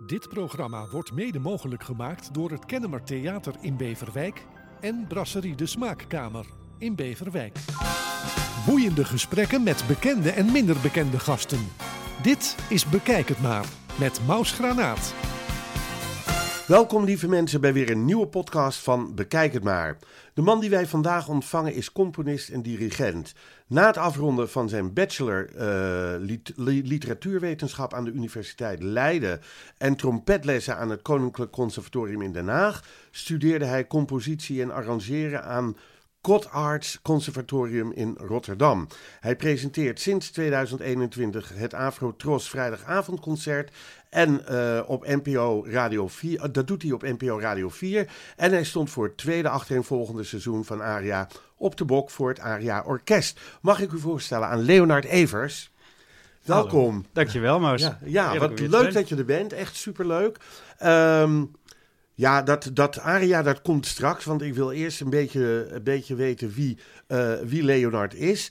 Dit programma wordt mede mogelijk gemaakt door het Kennemer Theater in Beverwijk en Brasserie de Smaakkamer in Beverwijk. Boeiende gesprekken met bekende en minder bekende gasten. Dit is Bekijk het maar met Maus Granaat. Welkom lieve mensen bij weer een nieuwe podcast van Bekijk het maar. De man die wij vandaag ontvangen is componist en dirigent. Na het afronden van zijn bachelor literatuurwetenschap aan de Universiteit Leiden en trompetlessen aan het Koninklijk Conservatorium in Den Haag, studeerde hij compositie en arrangeren aan Godarts Conservatorium in Rotterdam. Hij presenteert sinds 2021 het Afro-Tros vrijdagavondconcert en op NPO Radio 4. Dat doet hij op NPO Radio 4. En hij stond voor het tweede achtereenvolgende seizoen van ARIA op de bok voor het ARIA Orkest. Mag ik u voorstellen aan Leonard Evers? Welkom. Hallo. Dankjewel, Maus. Ja, wat leuk dat je er bent. Echt superleuk. Ja, dat aria, dat komt straks, want ik wil eerst een beetje weten wie Leonard is.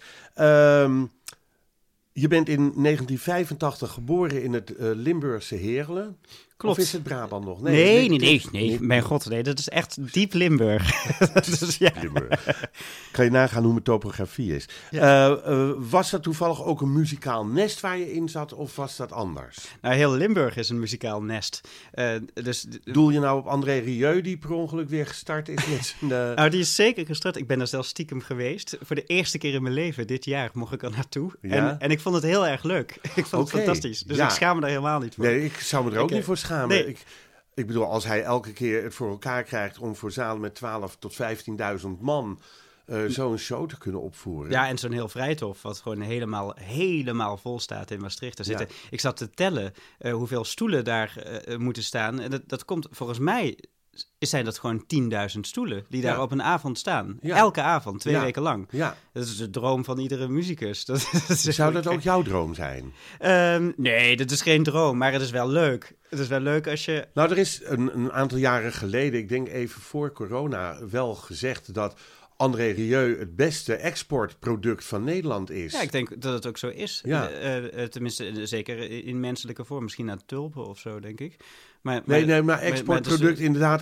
Je bent in 1985 geboren in het Limburgse Heerlen. Klopt. Of is het Brabant nog? Nee. Mijn god, nee, dat is echt diep Limburg. Dus, ja. Limburg. Kan je nagaan hoe mijn topografie is. Ja. Was dat toevallig ook een muzikaal nest waar je in zat, of was dat anders? Nou, heel Limburg is een muzikaal nest. Doel je nou op André Rieu, die per ongeluk weer gestart is met zijn... Nou, die is zeker gestart. Ik ben er zelfs stiekem geweest. Voor de eerste keer in mijn leven, dit jaar, mocht ik er naartoe. Ja? En ik vond het heel erg leuk. Ik vond het fantastisch. Dus ik schaam me daar helemaal niet voor. Nee, ik zou me er ook niet voor schamen. Nee. Ik bedoel, als hij elke keer het voor elkaar krijgt om voor zalen met 12.000 tot 15.000 man zo'n show te kunnen opvoeren. Ja, en zo'n heel Vrijthof, wat gewoon helemaal vol staat in Maastricht. Ik zat te tellen hoeveel stoelen daar moeten staan. En dat komt volgens mij... zijn dat gewoon 10.000 stoelen die daar op een avond staan. Ja. Elke avond, 2 weken lang. Ja. Dat is de droom van iedere muzikus. Zou dat ook jouw droom zijn? Nee, dat is geen droom, maar het is wel leuk. Het is wel leuk als je... Nou, er is een aantal jaren geleden, ik denk even voor corona, wel gezegd dat André Rieu het beste exportproduct van Nederland is. Ja, ik denk dat het ook zo is. Ja. Tenminste, zeker in menselijke vorm. Misschien naar tulpen of zo, denk ik. Maar exportproduct inderdaad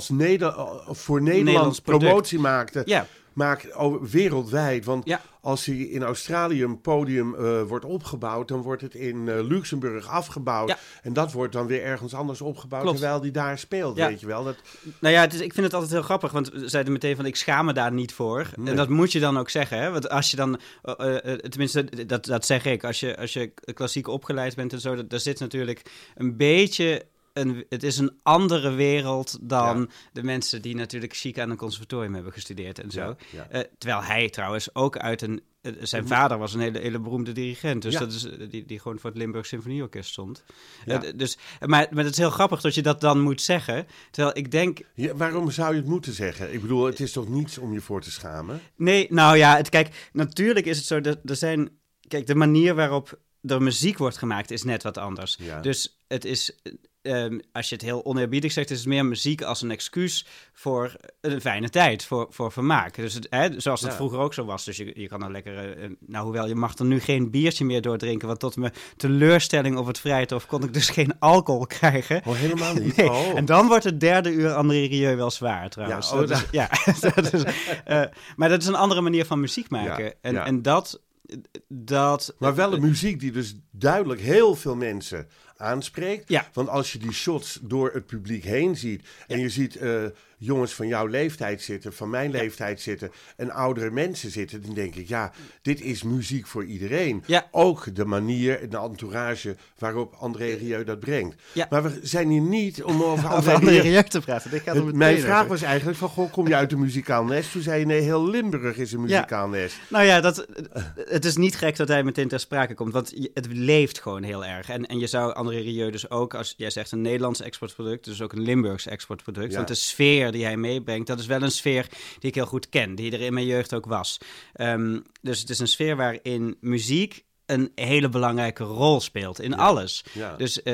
voor Nederlands promotie maakte. Ja. Maakt wereldwijd. Want als hij in Australië een podium wordt opgebouwd, dan wordt het in Luxemburg afgebouwd. Ja. En dat wordt dan weer ergens anders opgebouwd. Klopt. Terwijl die daar speelt, weet je wel. Nou ja, ik vind het altijd heel grappig, want we zeiden meteen van ik schaam me daar niet voor. Nee. En dat moet je dan ook zeggen, hè? Want als je dan, tenminste dat zeg ik, als je klassiek opgeleid bent en zo, daar zit natuurlijk een beetje... Het is een andere wereld dan de mensen die natuurlijk chic aan een conservatorium hebben gestudeerd en zo. Ja. Terwijl hij trouwens ook zijn vader was een hele beroemde dirigent. Dus dat is die gewoon voor het Limburg Symfonieorkest stond. Ja. Maar het is heel grappig dat je dat dan moet zeggen. Terwijl ik denk... Ja, waarom zou je het moeten zeggen? Ik bedoel, het is toch niets om je voor te schamen? Nee, nou ja, kijk, natuurlijk is het zo dat er zijn... Kijk, de manier waarop er muziek wordt gemaakt is net wat anders. Ja. Dus het is... als je het heel oneerbiedig zegt, is het meer muziek als een excuus voor een fijne tijd, voor vermaak. Dus zoals het vroeger ook zo was. Dus je kan dan lekker... hoewel, je mag er nu geen biertje meer doordrinken, want tot mijn teleurstelling op het Vrijthof kon ik dus geen alcohol krijgen. Oh, helemaal niet? Nee. Oh. En dan wordt het derde uur André Rieu wel zwaar, trouwens. Maar dat is een andere manier van muziek maken. Ja. En dat... Maar wel een muziek die dus duidelijk heel veel mensen aanspreekt. Ja. Want als je die shots door het publiek heen ziet en je ziet jongens van jouw leeftijd zitten, van mijn leeftijd zitten en oudere mensen zitten, dan denk ik, dit is muziek voor iedereen. Ja. Ook de manier, de entourage waarop André Rieu dat brengt. Ja. Maar we zijn hier niet om over André Rieu te praten. Mijn vraag was eigenlijk van, kom je uit een muzikaal nest? Toen zei je, nee, heel Limburg is een muzikaal nest. Nou ja, het is niet gek dat hij meteen ter sprake komt, want het leeft gewoon heel erg. En je zou André Rieu dus ook, als jij zegt een Nederlands exportproduct, dus ook een Limburgs exportproduct. Ja. Want de sfeer die hij meebrengt, dat is wel een sfeer die ik heel goed ken, die er in mijn jeugd ook was. Dus het is een sfeer waarin muziek een hele belangrijke rol speelt in alles. Ja. Dus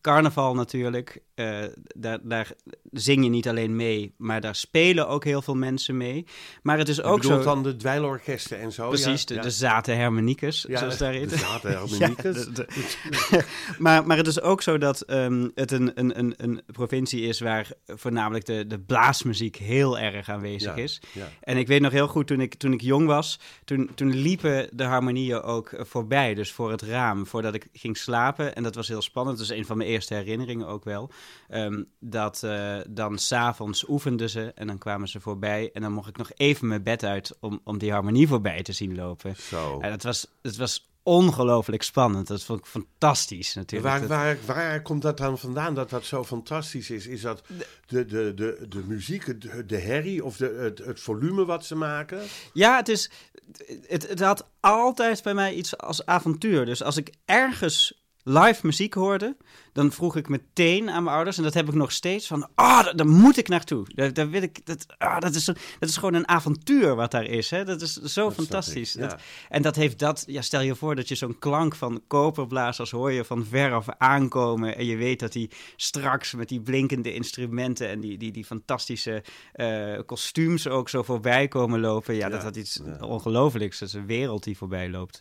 carnaval natuurlijk. Daar zing je niet alleen mee, maar daar spelen ook heel veel mensen mee. Maar het is ook zo... dan de dweilorkesten en zo? Precies, de Zaten Hermaniekes, zoals daar heet. De Zaten Hermaniekes. Maar het is ook zo dat het een provincie is waar voornamelijk de blaasmuziek heel erg aanwezig is. Ja. En ik weet nog heel goed, toen ik jong was, toen liepen de harmonieën ook voorbij. Dus voor het raam, voordat ik ging slapen. En dat was heel spannend. Dat is een van mijn eerste herinneringen ook wel. Dan 's avonds oefenden ze en dan kwamen ze voorbij. En dan mocht ik nog even mijn bed uit om die harmonie voorbij te zien lopen. Zo. En het was ongelooflijk spannend. Dat vond ik fantastisch natuurlijk. Waar komt dat dan vandaan dat dat zo fantastisch is? Is dat de muziek, de herrie of het volume wat ze maken? Ja, het had altijd bij mij iets als avontuur. Dus als ik ergens live muziek hoorde, dan vroeg ik meteen aan mijn ouders, en dat heb ik nog steeds, van, daar moet ik naartoe. Daar wil ik, dat is gewoon een avontuur wat daar is. Hè? Dat is zo fantastisch. Ja. En dat heeft stel je voor dat je zo'n klank van koperblazers hoor je van ver af aankomen, en je weet dat die straks met die blinkende instrumenten en die fantastische kostuums ook zo voorbij komen lopen. Ja, dat had iets ongelooflijks. Dat is een wereld die voorbij loopt.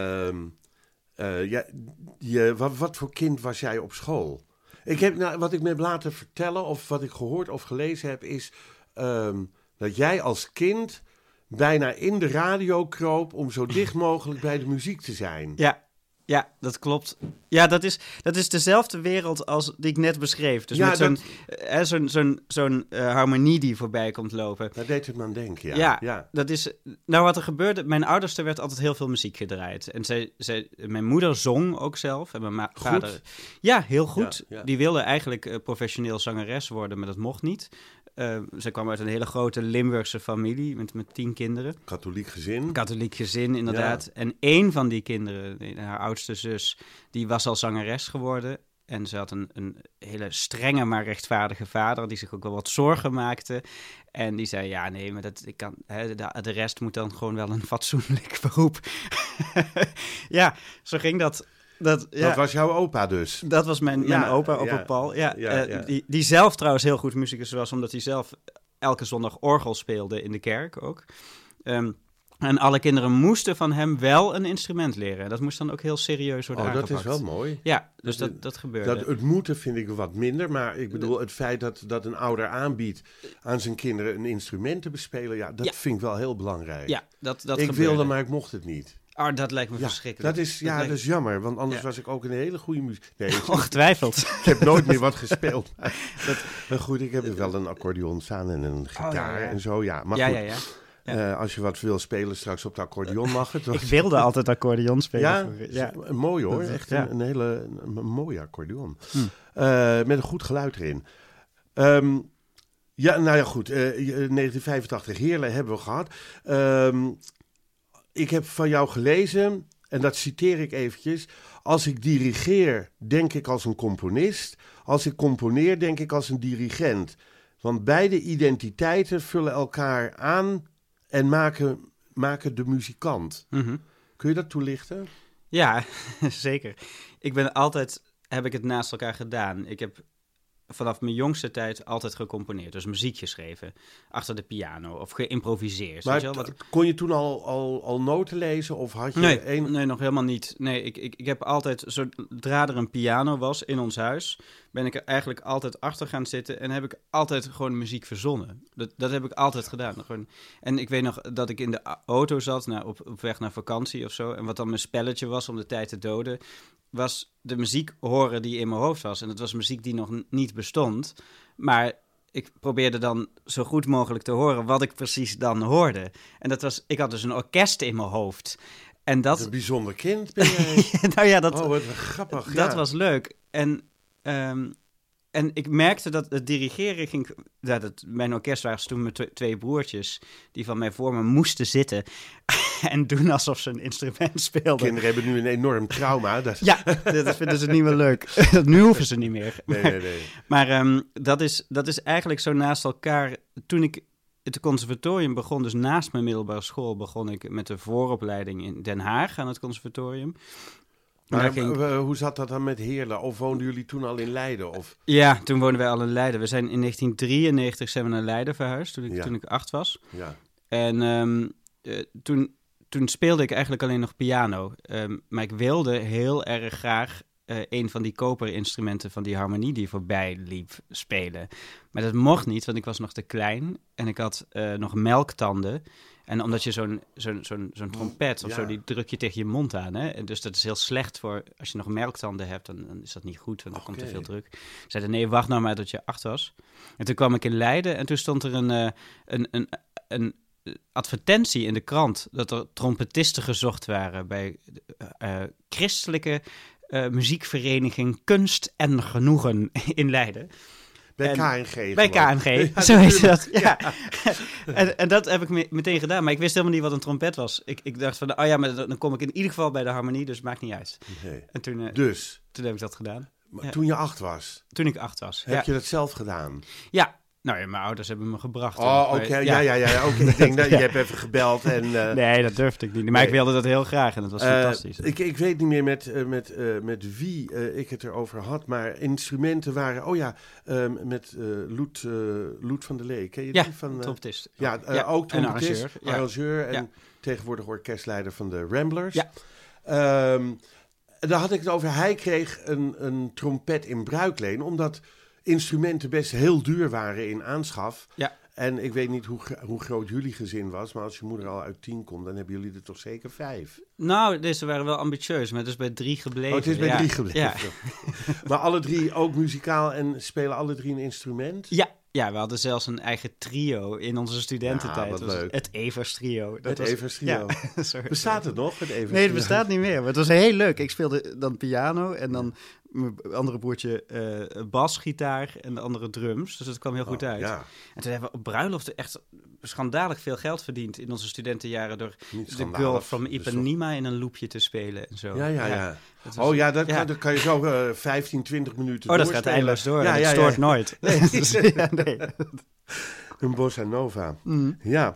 Wat voor kind was jij op school? Wat ik me heb laten vertellen, of wat ik gehoord of gelezen heb, is dat jij als kind bijna in de radio kroop om zo dicht mogelijk bij de muziek te zijn. Ja, dat klopt. Ja, dat is dezelfde wereld als die ik net beschreef. Dus met zo'n harmonie die voorbij komt lopen. Daar deed het me aan denken, ja. Dat is... Nou, wat er gebeurde... Mijn ouders, er werd altijd heel veel muziek gedraaid. En mijn moeder zong ook zelf. En mijn vader... Ja, heel goed. Ja. Die wilde eigenlijk professioneel zangeres worden, maar dat mocht niet. Ze kwam uit een hele grote Limburgse familie met 10 kinderen. Katholiek gezin, inderdaad. Ja. En één van die kinderen, haar oudste zus, die was al zangeres geworden. En ze had een hele strenge, maar rechtvaardige vader, die zich ook wel wat zorgen maakte. En die zei, ja, nee, maar de rest moet dan gewoon wel een fatsoenlijk beroep. Ja, zo ging dat. Dat was jouw opa dus? Dat was mijn opa Paul. Die zelf trouwens heel goed muzikus was, omdat hij zelf elke zondag orgel speelde in de kerk ook. En alle kinderen moesten van hem wel een instrument leren. Dat moest dan ook heel serieus worden aangepakt. Dat is wel mooi. Ja, dus dat gebeurde. Het moeten vind ik wat minder, maar ik bedoel het feit dat een ouder aanbiedt aan zijn kinderen een instrument te bespelen, dat vind ik wel heel belangrijk. Ja, dat ik wilde, maar ik mocht het niet. Dat lijkt me verschrikkelijk. Dat is jammer, want anders was ik ook een hele goede muziek. Nee, ongetwijfeld. Ik heb nooit meer wat gespeeld. Maar goed, ik heb wel een accordeon staan en een gitaar en zo. Ja, maar goed. Ja. Als je wat wil spelen straks op de accordeon mag het. Ik wilde altijd accordeon spelen. Ja? Mooi hoor. Echt een hele mooie accordeon. Met een goed geluid erin. Goed. 1985 Heerlen hebben we gehad. Ik heb van jou gelezen, en dat citeer ik eventjes. Als ik dirigeer, denk ik als een componist. Als ik componeer, denk ik als een dirigent. Want beide identiteiten vullen elkaar aan en maken de muzikant. Mm-hmm. Kun je dat toelichten? Ja, zeker. Heb ik het naast elkaar gedaan. Ik heb vanaf mijn jongste tijd altijd gecomponeerd. Dus muziek geschreven achter de piano of geïmproviseerd. Maar kon je toen al noten lezen? Of had je Nee, nog helemaal niet. Nee, ik heb altijd, zodra er een piano was in ons huis, ben ik er eigenlijk altijd achter gaan zitten en heb ik altijd gewoon muziek verzonnen. Dat heb ik altijd gedaan. En ik weet nog dat ik in de auto zat, op weg naar vakantie of zo, en wat dan mijn spelletje was om de tijd te doden, was de muziek horen die in mijn hoofd was. En dat was muziek die nog niet bestond. Maar ik probeerde dan zo goed mogelijk te horen wat ik precies dan hoorde. En ik had dus een orkest in mijn hoofd. En dat... Een bijzonder kind ben jij. Wat grappig. Dat was leuk. En ik merkte dat het dirigeren ging... mijn orkest waren toen met 2 broertjes die van mij voor me moesten zitten en doen alsof ze een instrument speelden. Kinderen hebben nu een enorm trauma. Ja, dat vinden ze niet meer leuk. Nu hoeven ze niet meer. Nee. Maar dat is eigenlijk zo naast elkaar. Toen ik het conservatorium begon, dus naast mijn middelbare school, begon ik met de vooropleiding in Den Haag aan het conservatorium. Maar hoe zat dat dan met Heerlen? Of woonden jullie toen al in Leiden? Of? Ja, toen woonden wij al in Leiden. We zijn in 1993 zijn we naar Leiden verhuisd, toen ik 8 was. Ja. En toen speelde ik eigenlijk alleen nog piano. Maar ik wilde heel erg graag een van die koperinstrumenten van die harmonie die voorbij liep spelen. Maar dat mocht niet, want ik was nog te klein en ik had nog melktanden. En omdat je zo'n trompet of zo, die druk je tegen je mond aan. Hè? En dus dat is heel slecht voor, als je nog melktanden hebt, dan is dat niet goed, want dan komt er veel druk. Ik zei, nee, wacht nou maar tot je 8 was. En toen kwam ik in Leiden en toen stond er een advertentie in de krant dat er trompetisten gezocht waren bij christelijke muziekvereniging Kunst en Genoegen in Leiden. Bij KNG. Bij KNG, zo heet dat. Ja. En dat heb ik meteen gedaan. Maar ik wist helemaal niet wat een trompet was. Ik dacht van, maar dan kom ik in ieder geval bij de harmonie, dus het maakt niet uit. Nee. En toen heb ik dat gedaan. Maar toen je 8 was? Toen ik 8 was, Heb je dat zelf gedaan? Ja. Nou ja, mijn ouders hebben me gebracht. Oh, oké. Ja. Ook ik denk dat je hebt even gebeld. En, nee, dat durfde ik niet. Maar ik wilde dat heel graag en dat was fantastisch. Ik weet niet meer met wie ik het erover had, maar instrumenten waren... met Loet van der Lee. Ken je die? Trompetist. Ook trompetist, en arrangeur en tegenwoordig orkestleider van de Ramblers. Ja. Daar had ik het over. Hij kreeg een trompet in bruikleen, omdat instrumenten best heel duur waren in aanschaf. Ja. En ik weet niet hoe groot jullie gezin was, maar als je moeder al uit 10 komt, dan hebben jullie er toch zeker 5? Nou, deze waren wel ambitieus, maar het is bij 3 gebleven. Het is bij 3 gebleven. Ja. Maar alle 3 ook muzikaal en spelen alle 3 een instrument? Ja, we hadden zelfs een eigen trio in onze studententijd. Wat leuk. Het Evers Trio. Evers Trio. Ja. Bestaat het nog, het Evers Trio? Nee, het bestaat niet meer. Maar het was heel leuk. Ik speelde dan piano en dan mijn andere broertje basgitaar en de andere drums. Dus dat kwam heel goed uit. Ja. En toen hebben we op bruiloften echt schandalig veel geld verdiend in onze studentenjaren door The Girl from Ipanema in een loopje te spelen en zo. Ja. Dat kan je zo 15, 20 minuten doorspelen. Dat gaat eindeloos door. Dat stoort nooit. Nee. Een bossa nova. Ja.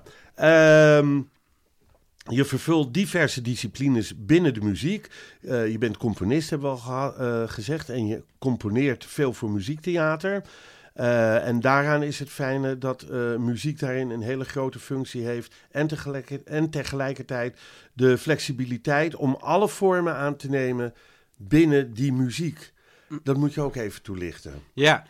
Je vervult diverse disciplines binnen de muziek. Je bent componist, hebben we al gezegd. En je componeert veel voor muziektheater. En daaraan is het fijne dat muziek daarin een hele grote functie heeft. En tegelijkertijd de flexibiliteit om alle vormen aan te nemen binnen die muziek. Dat moet je ook even toelichten. Ja.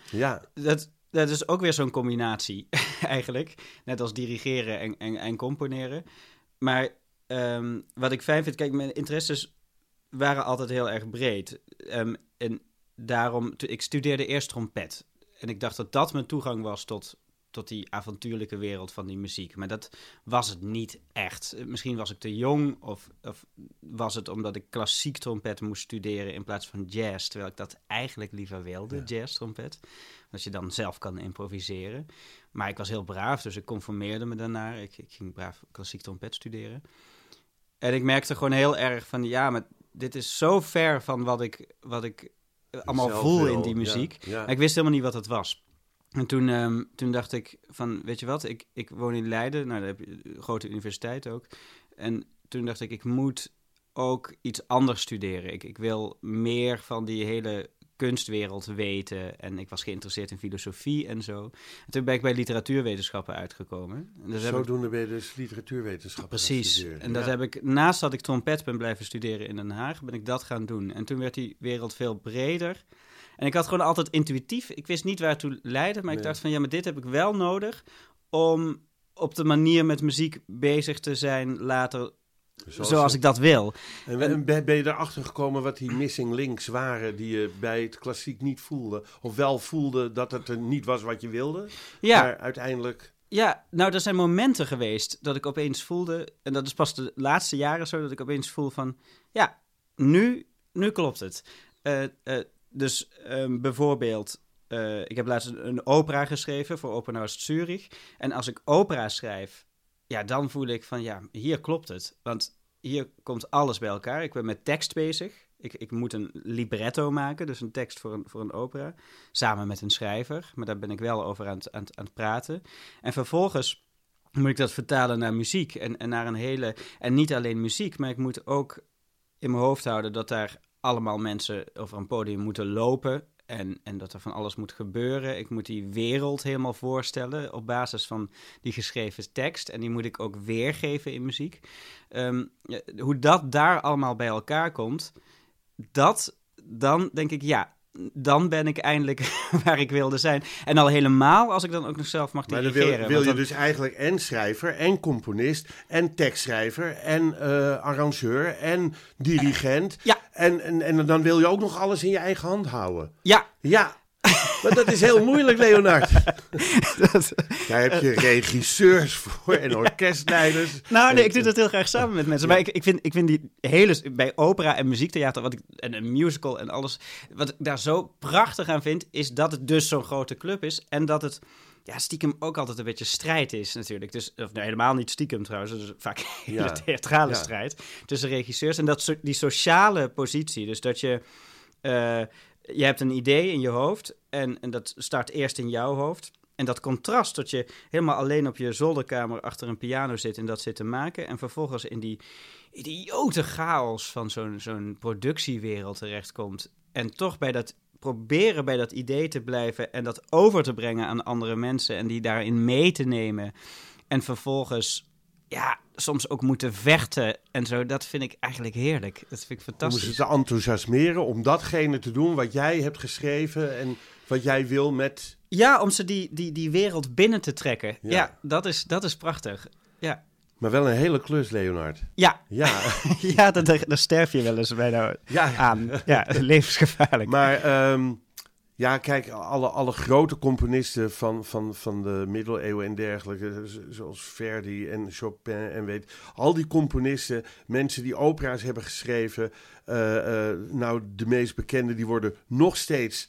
Dat is ook weer zo'n combinatie eigenlijk. Net als dirigeren en componeren. Maar wat ik fijn vind, kijk, mijn interesses waren altijd heel erg breed. En daarom, ik studeerde eerst trompet. En ik dacht dat dat mijn toegang was tot die avontuurlijke wereld van die muziek. Maar dat was het niet echt. Misschien was ik te jong of was het omdat ik klassiek trompet moest studeren in plaats van jazz, terwijl ik dat eigenlijk liever wilde, jazz-trompet. Dat je dan zelf kan improviseren. Maar ik was heel braaf, dus ik conformeerde me daarnaar. Ik ging braaf klassiek trompet studeren. En ik merkte gewoon heel erg van, maar dit is zo ver van wat ik allemaal voel in die muziek. Ja. Maar ik wist helemaal niet wat het was. En toen dacht ik van, weet je wat, ik woon in Leiden. Nou, daar heb je een grote universiteit ook. En toen dacht ik moet ook iets anders studeren. Ik wil meer van die hele kunstwereld weten. En ik was geïnteresseerd in filosofie en zo. En toen ben ik bij literatuurwetenschappen uitgekomen. En dus zodoende ben je dus literatuurwetenschappen. Precies. En dat heb ik, naast dat ik trompet ben blijven studeren in Den Haag, ben ik dat gaan doen. En toen werd die wereld veel breder. En ik had gewoon altijd intuïtief, ik wist niet waartoe leidde, maar ik dacht van, maar dit heb ik wel nodig om op de manier met muziek bezig te zijn later, zoals ik dat wil. En ben je erachter gekomen wat die missing links waren die je bij het klassiek niet voelde? Of wel voelde dat het er niet was wat je wilde, maar uiteindelijk... Ja, nou, er zijn momenten geweest dat ik opeens voelde, en dat is pas de laatste jaren zo, dat ik opeens voel van, nu klopt het. Dus bijvoorbeeld, ik heb laatst een opera geschreven voor Opernhaus Zurich. En als ik opera schrijf, dan voel ik van, hier klopt het. Want hier komt alles bij elkaar. Ik ben met tekst bezig. Ik moet een libretto maken, dus een tekst voor een opera. Samen met een schrijver, maar daar ben ik wel over aan het praten. En vervolgens moet ik dat vertalen naar muziek. En naar een hele... En niet alleen muziek, maar ik moet ook in mijn hoofd houden dat daar allemaal mensen over een podium moeten lopen en dat er van alles moet gebeuren. Ik moet die wereld helemaal voorstellen op basis van die geschreven tekst. En die moet ik ook weergeven in muziek. Hoe dat daar allemaal bij elkaar komt, dan denk ik, ja, dan ben ik eindelijk waar ik wilde zijn. En al helemaal als ik dan ook nog zelf mag dirigeren. Maar dan wil je dus eigenlijk en schrijver en componist en tekstschrijver en arrangeur en dirigent. Ja. En dan wil je ook nog alles in je eigen hand houden. Ja. Ja. Maar dat is heel moeilijk, Leonard. Daar heb je regisseurs voor en orkestleiders. Nou, nee, ik doe dat heel graag samen met mensen. Maar ik vind die hele... Bij opera en muziektheater en een musical en alles... Wat ik daar zo prachtig aan vind, is dat het dus zo'n grote club is. En dat het stiekem ook altijd een beetje strijd is natuurlijk. Dus, helemaal niet stiekem trouwens. Dus vaak hele theatrale strijd tussen regisseurs. En die sociale positie. Dus dat je... Je hebt een idee in je hoofd en dat start eerst in jouw hoofd. En dat contrast dat je helemaal alleen op je zolderkamer achter een piano zit en dat zit te maken. En vervolgens in die idiote chaos van zo'n productiewereld terechtkomt. En toch proberen bij dat idee te blijven en dat over te brengen aan andere mensen. En die daarin mee te nemen. En vervolgens... soms ook moeten vechten en zo. Dat vind ik eigenlijk heerlijk. Dat vind ik fantastisch. Om ze te enthousiasmeren om datgene te doen wat jij hebt geschreven en wat jij wil met... Ja, om ze die wereld binnen te trekken. Ja, dat is prachtig. Ja. Maar wel een hele klus, Leonard. Ja. Ja. Ja, daar sterf je wel eens bijna aan. Ja, levensgevaarlijk. Maar... ja, kijk, alle grote componisten van de middeleeuwen en dergelijke, zoals Verdi en Chopin en al die componisten, mensen die opera's hebben geschreven, de meest bekende, die worden nog steeds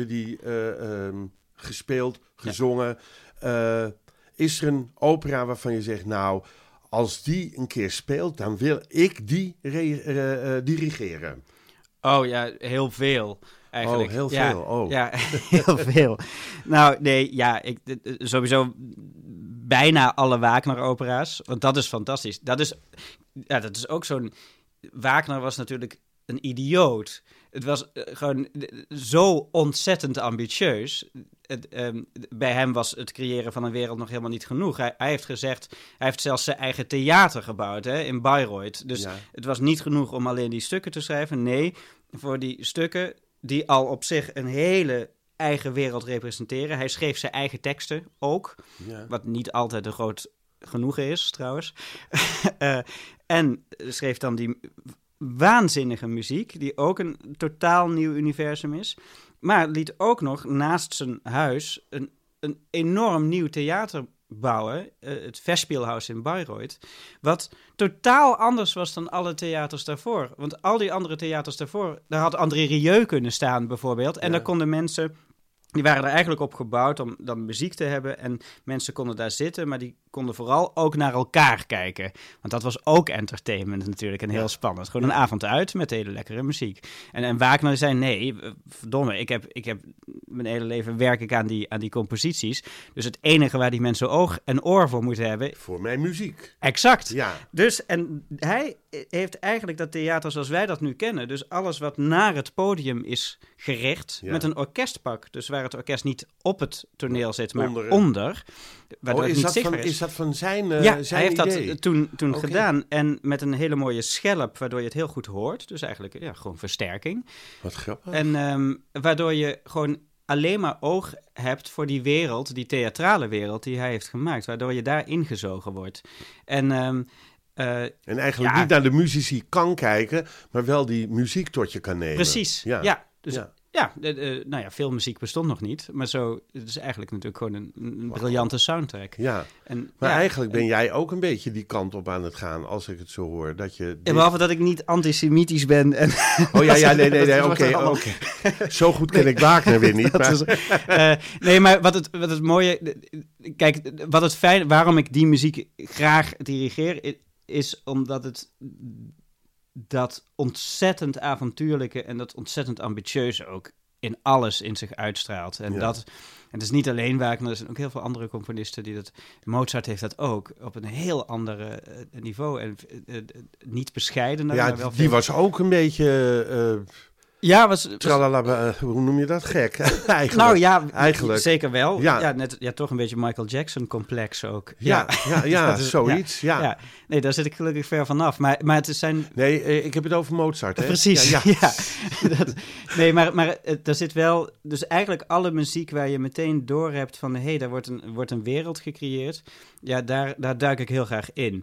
gespeeld, gezongen. Ja. Is er een opera waarvan je zegt, nou, als die een keer speelt, dan wil ik die dirigeren? Oh ja, heel veel. Eigenlijk. Oh, heel veel. Oh. Ja, heel veel. Nou, nee, sowieso bijna alle Wagner-opera's. Want dat is fantastisch. Dat is ook zo'n... Wagner was natuurlijk een idioot. Het was gewoon zo ontzettend ambitieus. Bij hem was het creëren van een wereld nog helemaal niet genoeg. Hij heeft gezegd... Hij heeft zelfs zijn eigen theater gebouwd in Bayreuth. Dus het was niet genoeg om alleen die stukken te schrijven. Nee, voor die stukken... die al op zich een hele eigen wereld representeren. Hij schreef zijn eigen teksten ook. Ja. Wat niet altijd een groot genoegen is, trouwens. En schreef dan die waanzinnige muziek... die ook een totaal nieuw universum is. Maar liet ook nog naast zijn huis... een enorm nieuw theater bouwen, het Festspielhaus in Bayreuth, wat totaal anders was dan alle theaters daarvoor. Want al die andere theaters daarvoor, daar had André Rieu kunnen staan bijvoorbeeld. En daar konden mensen, die waren er eigenlijk op gebouwd om dan muziek te hebben. En mensen konden daar zitten, maar die konden vooral ook naar elkaar kijken. Want dat was ook entertainment natuurlijk en heel spannend. Gewoon een avond uit met hele lekkere muziek. En Wagner zei, nee, verdomme, ik heb mijn hele leven werk ik aan die composities. Dus het enige waar die mensen oog en oor voor moeten hebben... Voor mijn muziek. Exact. Ja. Dus, en hij heeft eigenlijk dat theater zoals wij dat nu kennen. Dus alles wat naar het podium is gericht met een orkestpak. Dus waar het orkest niet op het toneel zit, maar onder. Waardoor het niet zichtbaar is. Is dat van zijn Ja, zijn hij heeft idee? Dat toen gedaan. En met een hele mooie schelp, waardoor je het heel goed hoort. Dus eigenlijk gewoon versterking. Wat grappig. En waardoor je gewoon alleen maar oog hebt voor die wereld, die theatrale wereld die hij heeft gemaakt. Waardoor je daar ingezogen wordt. En eigenlijk niet naar de muzici kan kijken, maar wel die muziek tot je kan nemen. Precies, dus... Ja. Ja, veel muziek bestond nog niet. Maar zo, het is eigenlijk natuurlijk gewoon een briljante soundtrack. Ja, maar eigenlijk ben jij ook een beetje die kant op aan het gaan, als ik het zo hoor. Dat je behalve dat ik niet antisemitisch ben. En oh ja, nee, oké. Zo goed ken ik Wagner weer niet. Nee, maar wat het mooie... Kijk, wat het fijn... Waarom ik die muziek graag dirigeer, is omdat het... dat ontzettend avontuurlijke en dat ontzettend ambitieuze ook in alles in zich uitstraalt. En Ja. het is niet alleen Wagner, er zijn ook heel veel andere componisten die dat... Mozart heeft dat ook, op een heel ander niveau. En niet bescheidener, Ja, maar wel die veel... was ook een beetje... Ja, was tralala, hoe noem je dat? Gek, eigenlijk. nou ja, Eigenlijk. zeker wel. Ja. Ja, toch een beetje Michael Jackson-complex ook. Ja, Dat is- zoiets. Ja. Nee, daar zit ik gelukkig ver vanaf. Maar het zijn... Nee, ik heb het over Mozart, hè? Precies, Ja. Nee, maar er zit wel... Dus eigenlijk alle muziek waar je meteen door hebt van... daar wordt een wereld gecreëerd. Ja, daar duik ik heel graag in.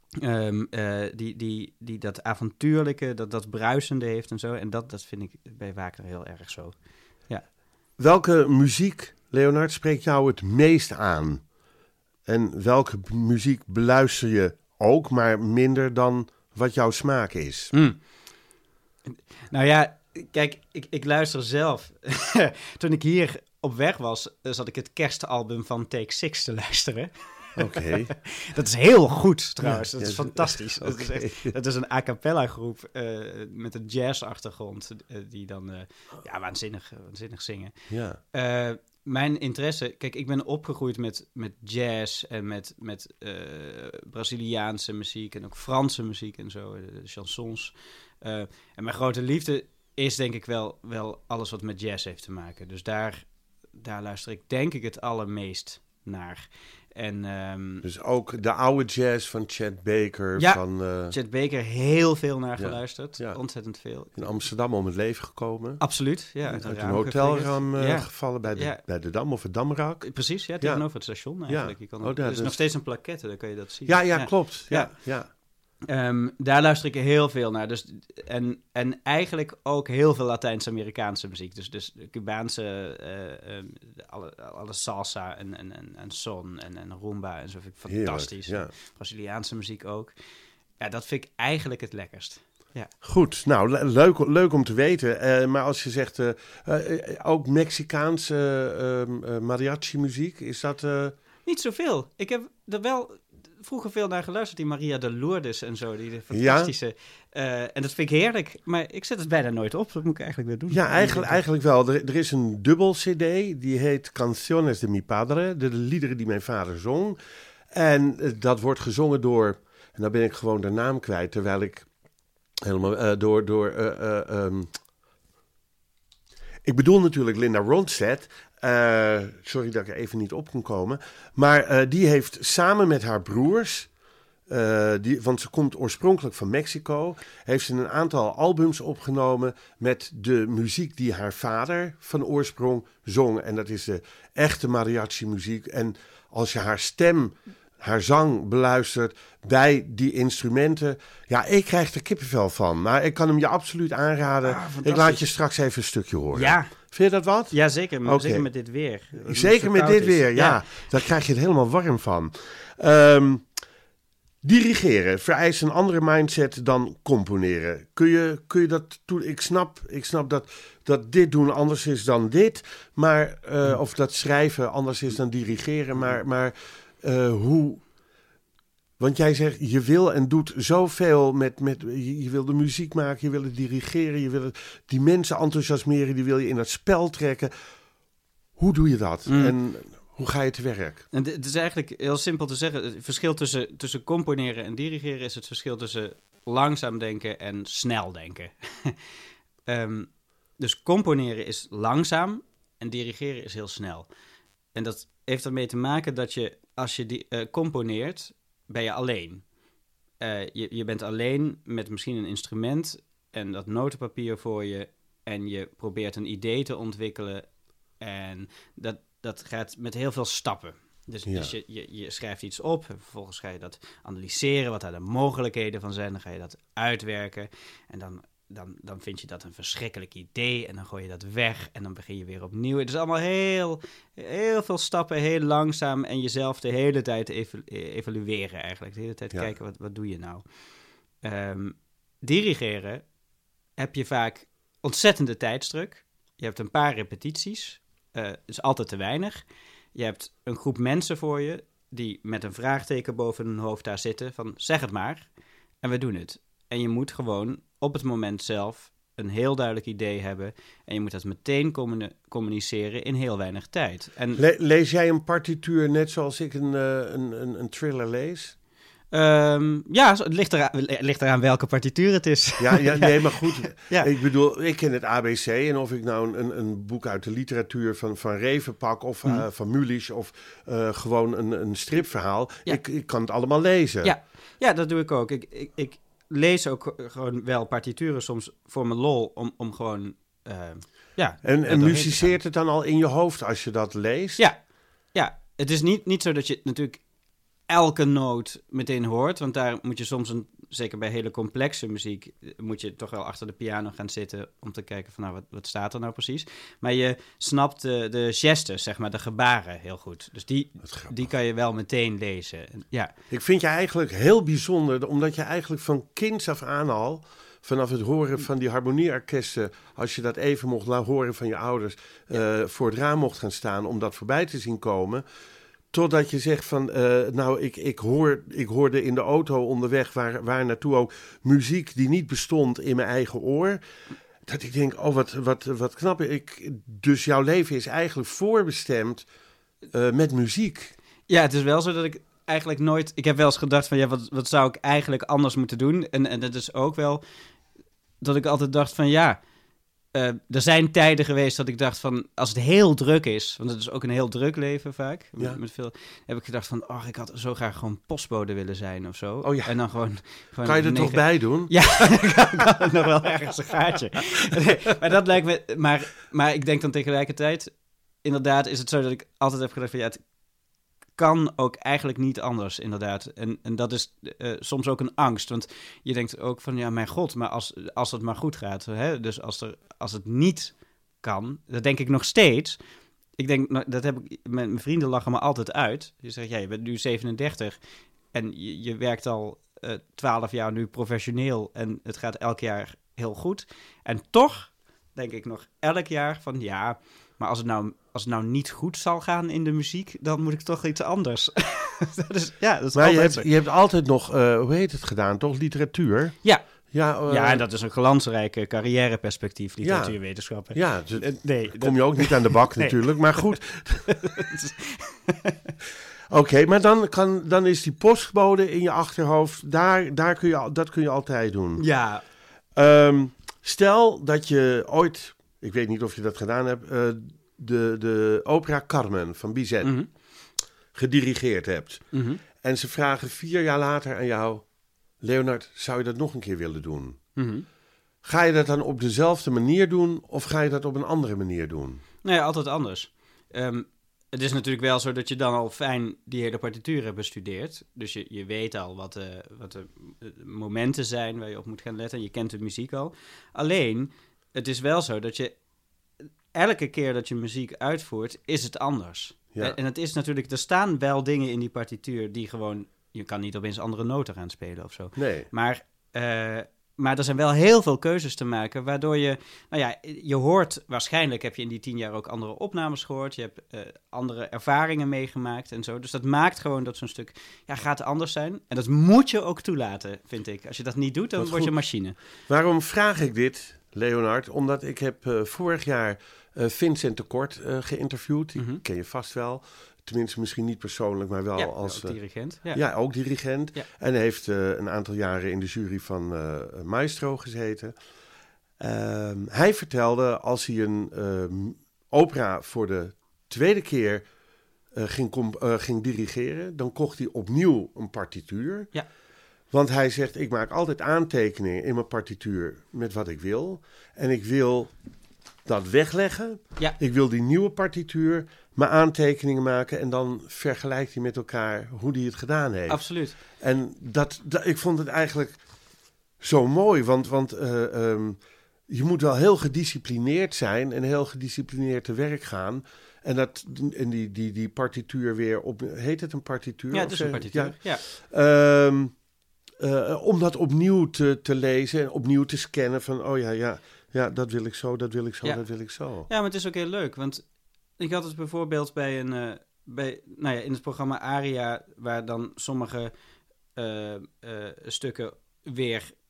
Die dat avontuurlijke, dat bruisende heeft en zo. En dat vind ik bij Wagner heel erg zo. Ja. Welke muziek, Leonard, spreekt jou het meest aan? En welke muziek beluister je ook, maar minder dan wat jouw smaak is? Nou ja, kijk, ik luister zelf. Toen ik hier op weg was, zat ik het kerstalbum van Take Six te luisteren. Oké. Dat is heel goed trouwens, dat is ja, fantastisch. oké. Dat is een a cappella groep met een jazz-achtergrond die dan waanzinnig zingen. Ja. Mijn interesse, kijk, ik ben opgegroeid met jazz en met Braziliaanse muziek en ook Franse muziek en zo, de chansons. En mijn grote liefde is denk ik wel alles wat met jazz heeft te maken. Dus daar luister ik denk ik het allermeest naar. En, Dus ook de oude jazz van Chet Baker. Ja, van, Chet Baker, heel veel naar geluisterd. Ja. Ontzettend veel. in Amsterdam om het leven gekomen. Absoluut, ja. Uit een raam hotelraam geflikkerd. gevallen bij de Dam of het Damrak. Precies, ja, tegenover het station eigenlijk. Ja. Je kan Oh, daar er is dus- nog steeds een plaquette, dan kan je dat zien. Ja, klopt. Ja. Daar luister ik heel veel naar. Dus, en eigenlijk ook heel veel Latijns-Amerikaanse muziek. Dus de Cubaanse, alle salsa en son en rumba en zo vind ik fantastisch. Heerlijk, Braziliaanse muziek ook. Ja, dat vind ik eigenlijk het lekkerst. Ja. Goed, nou, leuk om te weten. Maar als je zegt, ook Mexicaanse mariachi-muziek, is dat... Niet zoveel. Ik heb er wel vroeger veel naar geluisterd. Die Maria de Lourdes en zo. Die fantastische... en dat vind ik heerlijk. Maar ik zet het bijna nooit op. Dat moet ik eigenlijk weer doen. Ja, eigenlijk wel. Er is een dubbel cd. Die heet Canciones de mi padre. De liederen die mijn vader zong. En dat wordt gezongen door... En dan ben ik gewoon de naam kwijt. Terwijl ik helemaal ik bedoel natuurlijk Linda Ronstadt. Sorry dat ik er even niet op kon komen. Maar die heeft samen met haar broers... want ze komt oorspronkelijk van Mexico... heeft ze een aantal albums opgenomen... met de muziek die haar vader van oorsprong zong. En dat is de echte mariachi-muziek. En als je haar stem... haar zang beluistert bij die instrumenten. Ja, ik krijg er kippenvel van. Maar ik kan hem je absoluut aanraden. Ik laat je straks even een stukje horen. Ja. Vind je dat wat? Ja, zeker. Okay. Zeker met dit weer. Zeker met dit weer, ja. Daar krijg je het helemaal warm van. Dirigeren vereist een andere mindset dan componeren. Kun je dat doen? Ik snap dat dit doen anders is dan dit. Maar, of dat schrijven anders is dan dirigeren. Maar hoe... Want jij zegt, je wil en doet zoveel je wil de muziek maken, je wil het dirigeren, je wil die mensen enthousiasmeren, die wil je in dat spel trekken. Hoe doe je dat? En hoe ga je te werk? En het is eigenlijk heel simpel te zeggen. Het verschil tussen componeren en dirigeren is het verschil tussen langzaam denken en snel denken. Dus componeren is langzaam en dirigeren is heel snel. En dat heeft ermee te maken dat je, als je componeert, ben je alleen. Je bent alleen met misschien een instrument en dat notenpapier voor je. En je probeert een idee te ontwikkelen. En dat gaat met heel veel stappen. Dus je schrijft iets op. En vervolgens ga je dat analyseren. Wat daar de mogelijkheden van zijn. Dan ga je dat uitwerken. En dan vind je dat een verschrikkelijk idee. En dan gooi je dat weg. En dan begin je weer opnieuw. Het is allemaal heel veel stappen. Heel langzaam. En jezelf de hele tijd evalueren eigenlijk. De hele tijd kijken, wat doe je nou? Dirigeren heb je vaak ontzettende tijdsdruk. Je hebt een paar repetities. Is altijd te weinig. Je hebt een groep mensen voor je die met een vraagteken boven hun hoofd daar zitten van zeg het maar en we doen het. En je moet gewoon op het moment zelf een heel duidelijk idee hebben. En je moet dat meteen communiceren in heel weinig tijd. En, Lees jij een partituur net zoals ik een thriller lees? Ja, het ligt eraan welke partituur het is. Ja, nee, maar goed. Ja. Ik bedoel, ik ken het ABC en of ik nou een boek uit de literatuur van Reven pak of van Mulisch of gewoon een stripverhaal. Ja. Ik kan het allemaal lezen. Ja, dat doe ik ook. Ik lees ook gewoon wel partituren soms voor mijn lol om gewoon... En musiceert het dan al in je hoofd als je dat leest? Ja. Het is niet zo dat je natuurlijk elke noot meteen hoort, want daar moet je soms, zeker bij hele complexe muziek, moet je toch wel achter de piano gaan zitten om te kijken van, nou, wat staat er nou precies? Maar je snapt de gestes, zeg maar, de gebaren heel goed. Dus die kan je wel meteen lezen. Ja. Ik vind je eigenlijk heel bijzonder, omdat je eigenlijk van kinds af aan al, vanaf het horen van die harmonieorkesten, als je dat even mocht horen van je ouders, voor het raam mocht gaan staan om dat voorbij te zien komen. Totdat je zegt van, ik hoorde in de auto onderweg, waar naartoe ook, muziek die niet bestond in mijn eigen oor. Dat ik denk, wat knap. Dus jouw leven is eigenlijk voorbestemd met muziek. Ja, het is wel zo dat ik eigenlijk nooit... Ik heb wel eens gedacht van, wat zou ik eigenlijk anders moeten doen? En dat is ook wel dat ik altijd dacht van, er zijn tijden geweest dat ik dacht van, als het heel druk is, want het is ook een heel druk leven vaak, met veel, heb ik gedacht van, ik had zo graag gewoon postbode willen zijn of zo. Oh ja. En dan gewoon kan je er toch bij doen? Ja, kan het nog wel ergens een gaatje. Nee, maar dat lijkt me, maar ik denk dan tegelijkertijd, inderdaad is het zo dat ik altijd heb gedacht van, het kan ook eigenlijk niet anders, inderdaad. En dat is soms ook een angst. Want je denkt ook van, mijn god, maar als het maar goed gaat. Hè? Dus als het niet kan, dat denk ik nog steeds. Ik denk, dat heb ik, mijn vrienden lachen me altijd uit. Je zegt, je bent nu 37 en je werkt al 12 jaar nu professioneel en het gaat elk jaar heel goed. En toch denk ik nog elk jaar van, maar als het nou niet goed zal gaan in de muziek, dan moet ik toch iets anders. dat is maar je hebt altijd nog, hoe heet het gedaan, toch? Literatuur? Ja. En dat is een glansrijke carrièreperspectief, literatuurwetenschappen. Ja, kom je ook niet aan de bak natuurlijk, maar goed. Oké, maar dan is die postbode in je achterhoofd, dat kun je altijd doen. Ja. Stel dat je ooit, ik weet niet of je dat gedaan hebt, de opera Carmen van Bizet gedirigeerd hebt. Mm-hmm. En ze vragen 4 jaar later aan jou, Leonard, zou je dat nog een keer willen doen? Mm-hmm. Ga je dat dan op dezelfde manier doen of ga je dat op een andere manier doen? Nee, altijd anders. Het is natuurlijk wel zo dat je dan al fijn die hele partituur hebt bestudeerd. Dus je weet al wat de momenten zijn waar je op moet gaan letten. Je kent de muziek al. Alleen, het is wel zo dat je elke keer dat je muziek uitvoert, is het anders. Ja. En het is natuurlijk, er staan wel dingen in die partituur die gewoon, je kan niet opeens andere noten gaan spelen of zo. Nee. Maar er zijn wel heel veel keuzes te maken, waardoor je hoort, waarschijnlijk heb je in die 10 jaar ook andere opnames gehoord, je hebt andere ervaringen meegemaakt en zo. Dus dat maakt gewoon dat zo'n stuk, gaat anders zijn. En dat moet je ook toelaten, vind ik. Als je dat niet doet, dan word je een machine. Waarom vraag ik dit, Leonard? Omdat ik heb vorig jaar Vincent de Kort geïnterviewd. Die ken je vast wel. Tenminste, misschien niet persoonlijk, maar wel als... ook dirigent. Ja, ook dirigent. Ja. En hij heeft een aantal jaren in de jury van Maestro gezeten. Hij vertelde, als hij een opera voor de tweede keer ging dirigeren, dan kocht hij opnieuw een partituur. Ja. Want hij zegt, ik maak altijd aantekeningen in mijn partituur met wat ik wil. En ik wil dat wegleggen. Ja. Ik wil die nieuwe partituur, mijn aantekeningen maken en dan vergelijkt hij met elkaar hoe hij het gedaan heeft. Absoluut. En ik vond het eigenlijk zo mooi, want je moet wel heel gedisciplineerd zijn en heel gedisciplineerd te werk gaan. En die partituur weer op, heet het een partituur? Ja, het is een partituur. Ja. Om dat opnieuw te lezen en opnieuw te scannen van, ja, dat wil ik zo, dat wil ik zo, dat wil ik zo. Ja, maar het is ook heel leuk, want ik had het bijvoorbeeld in het programma Aria, waar dan sommige stukken weer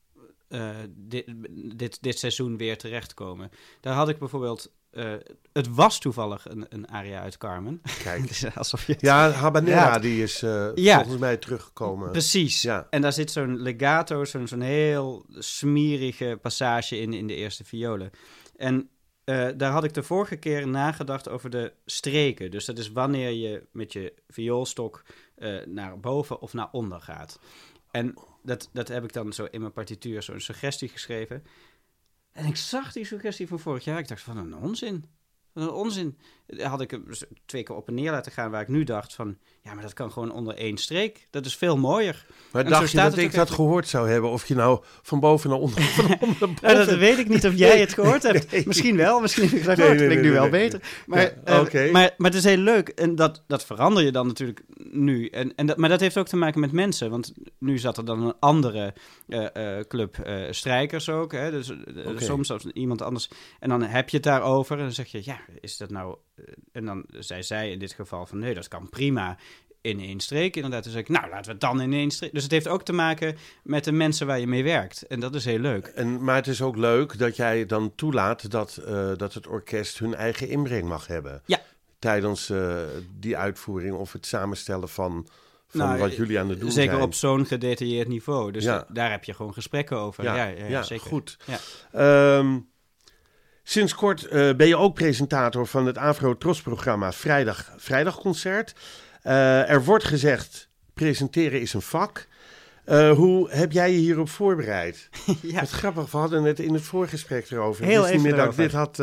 dit seizoen weer terechtkomen. Daar had ik bijvoorbeeld... het was toevallig een aria uit Carmen. Kijk. Dus alsof je Ja, Habanera, die is volgens mij teruggekomen. Precies. Ja. En daar zit zo'n legato, zo'n heel smerige passage in de eerste violen. En daar had ik de vorige keer nagedacht over de streken. Dus dat is wanneer je met je vioolstok naar boven of naar onder gaat. En dat heb ik dan zo in mijn partituur, zo'n suggestie geschreven. En ik zag die suggestie van vorig jaar. Ik dacht van een onzin. Wat een onzin. Had ik hem 2 keer op en neer laten gaan, waar ik nu dacht van... Ja, maar dat kan gewoon onder 1 streek. Dat is veel mooier. Maar dacht je dat ik dat gehoord zou hebben? Of je nou van boven naar onder, van onder naar boven... Nou, dat weet ik niet of jij het gehoord hebt. Nee. Misschien wel. Misschien heb ik gezegd, dat klinkt nu wel beter. Maar, Ja, maar het is heel leuk. En dat verander je dan natuurlijk nu. Maar dat heeft ook te maken met mensen. Want nu zat er dan een andere club strijkers ook. Hè? Dus soms als iemand anders. En dan heb je het daarover. En dan zeg je, ja, is dat nou... En dan zei zij in dit geval van, nee, dat kan prima in 1 streek. Inderdaad, dan zeg ik, nou, laten we het dan in 1 streek. Dus het heeft ook te maken met de mensen waar je mee werkt. En dat is heel leuk. Maar het is ook leuk dat jij dan toelaat dat het orkest hun eigen inbreng mag hebben. Ja. Tijdens die uitvoering of het samenstellen van wat jullie aan het doen zeker zijn. Op zo'n gedetailleerd niveau. Dus Ja. daar heb je gewoon gesprekken over. Ja, zeker. Goed. Ja. Sinds kort ben je ook presentator van het Afro-Tros-programma Vrijdagconcert. Er wordt gezegd, presenteren is een vak. Hoe heb jij je hierop voorbereid? Ja. Het grappig, we hadden het in het voorgesprek erover. Heel niet meer even dat ik dit had...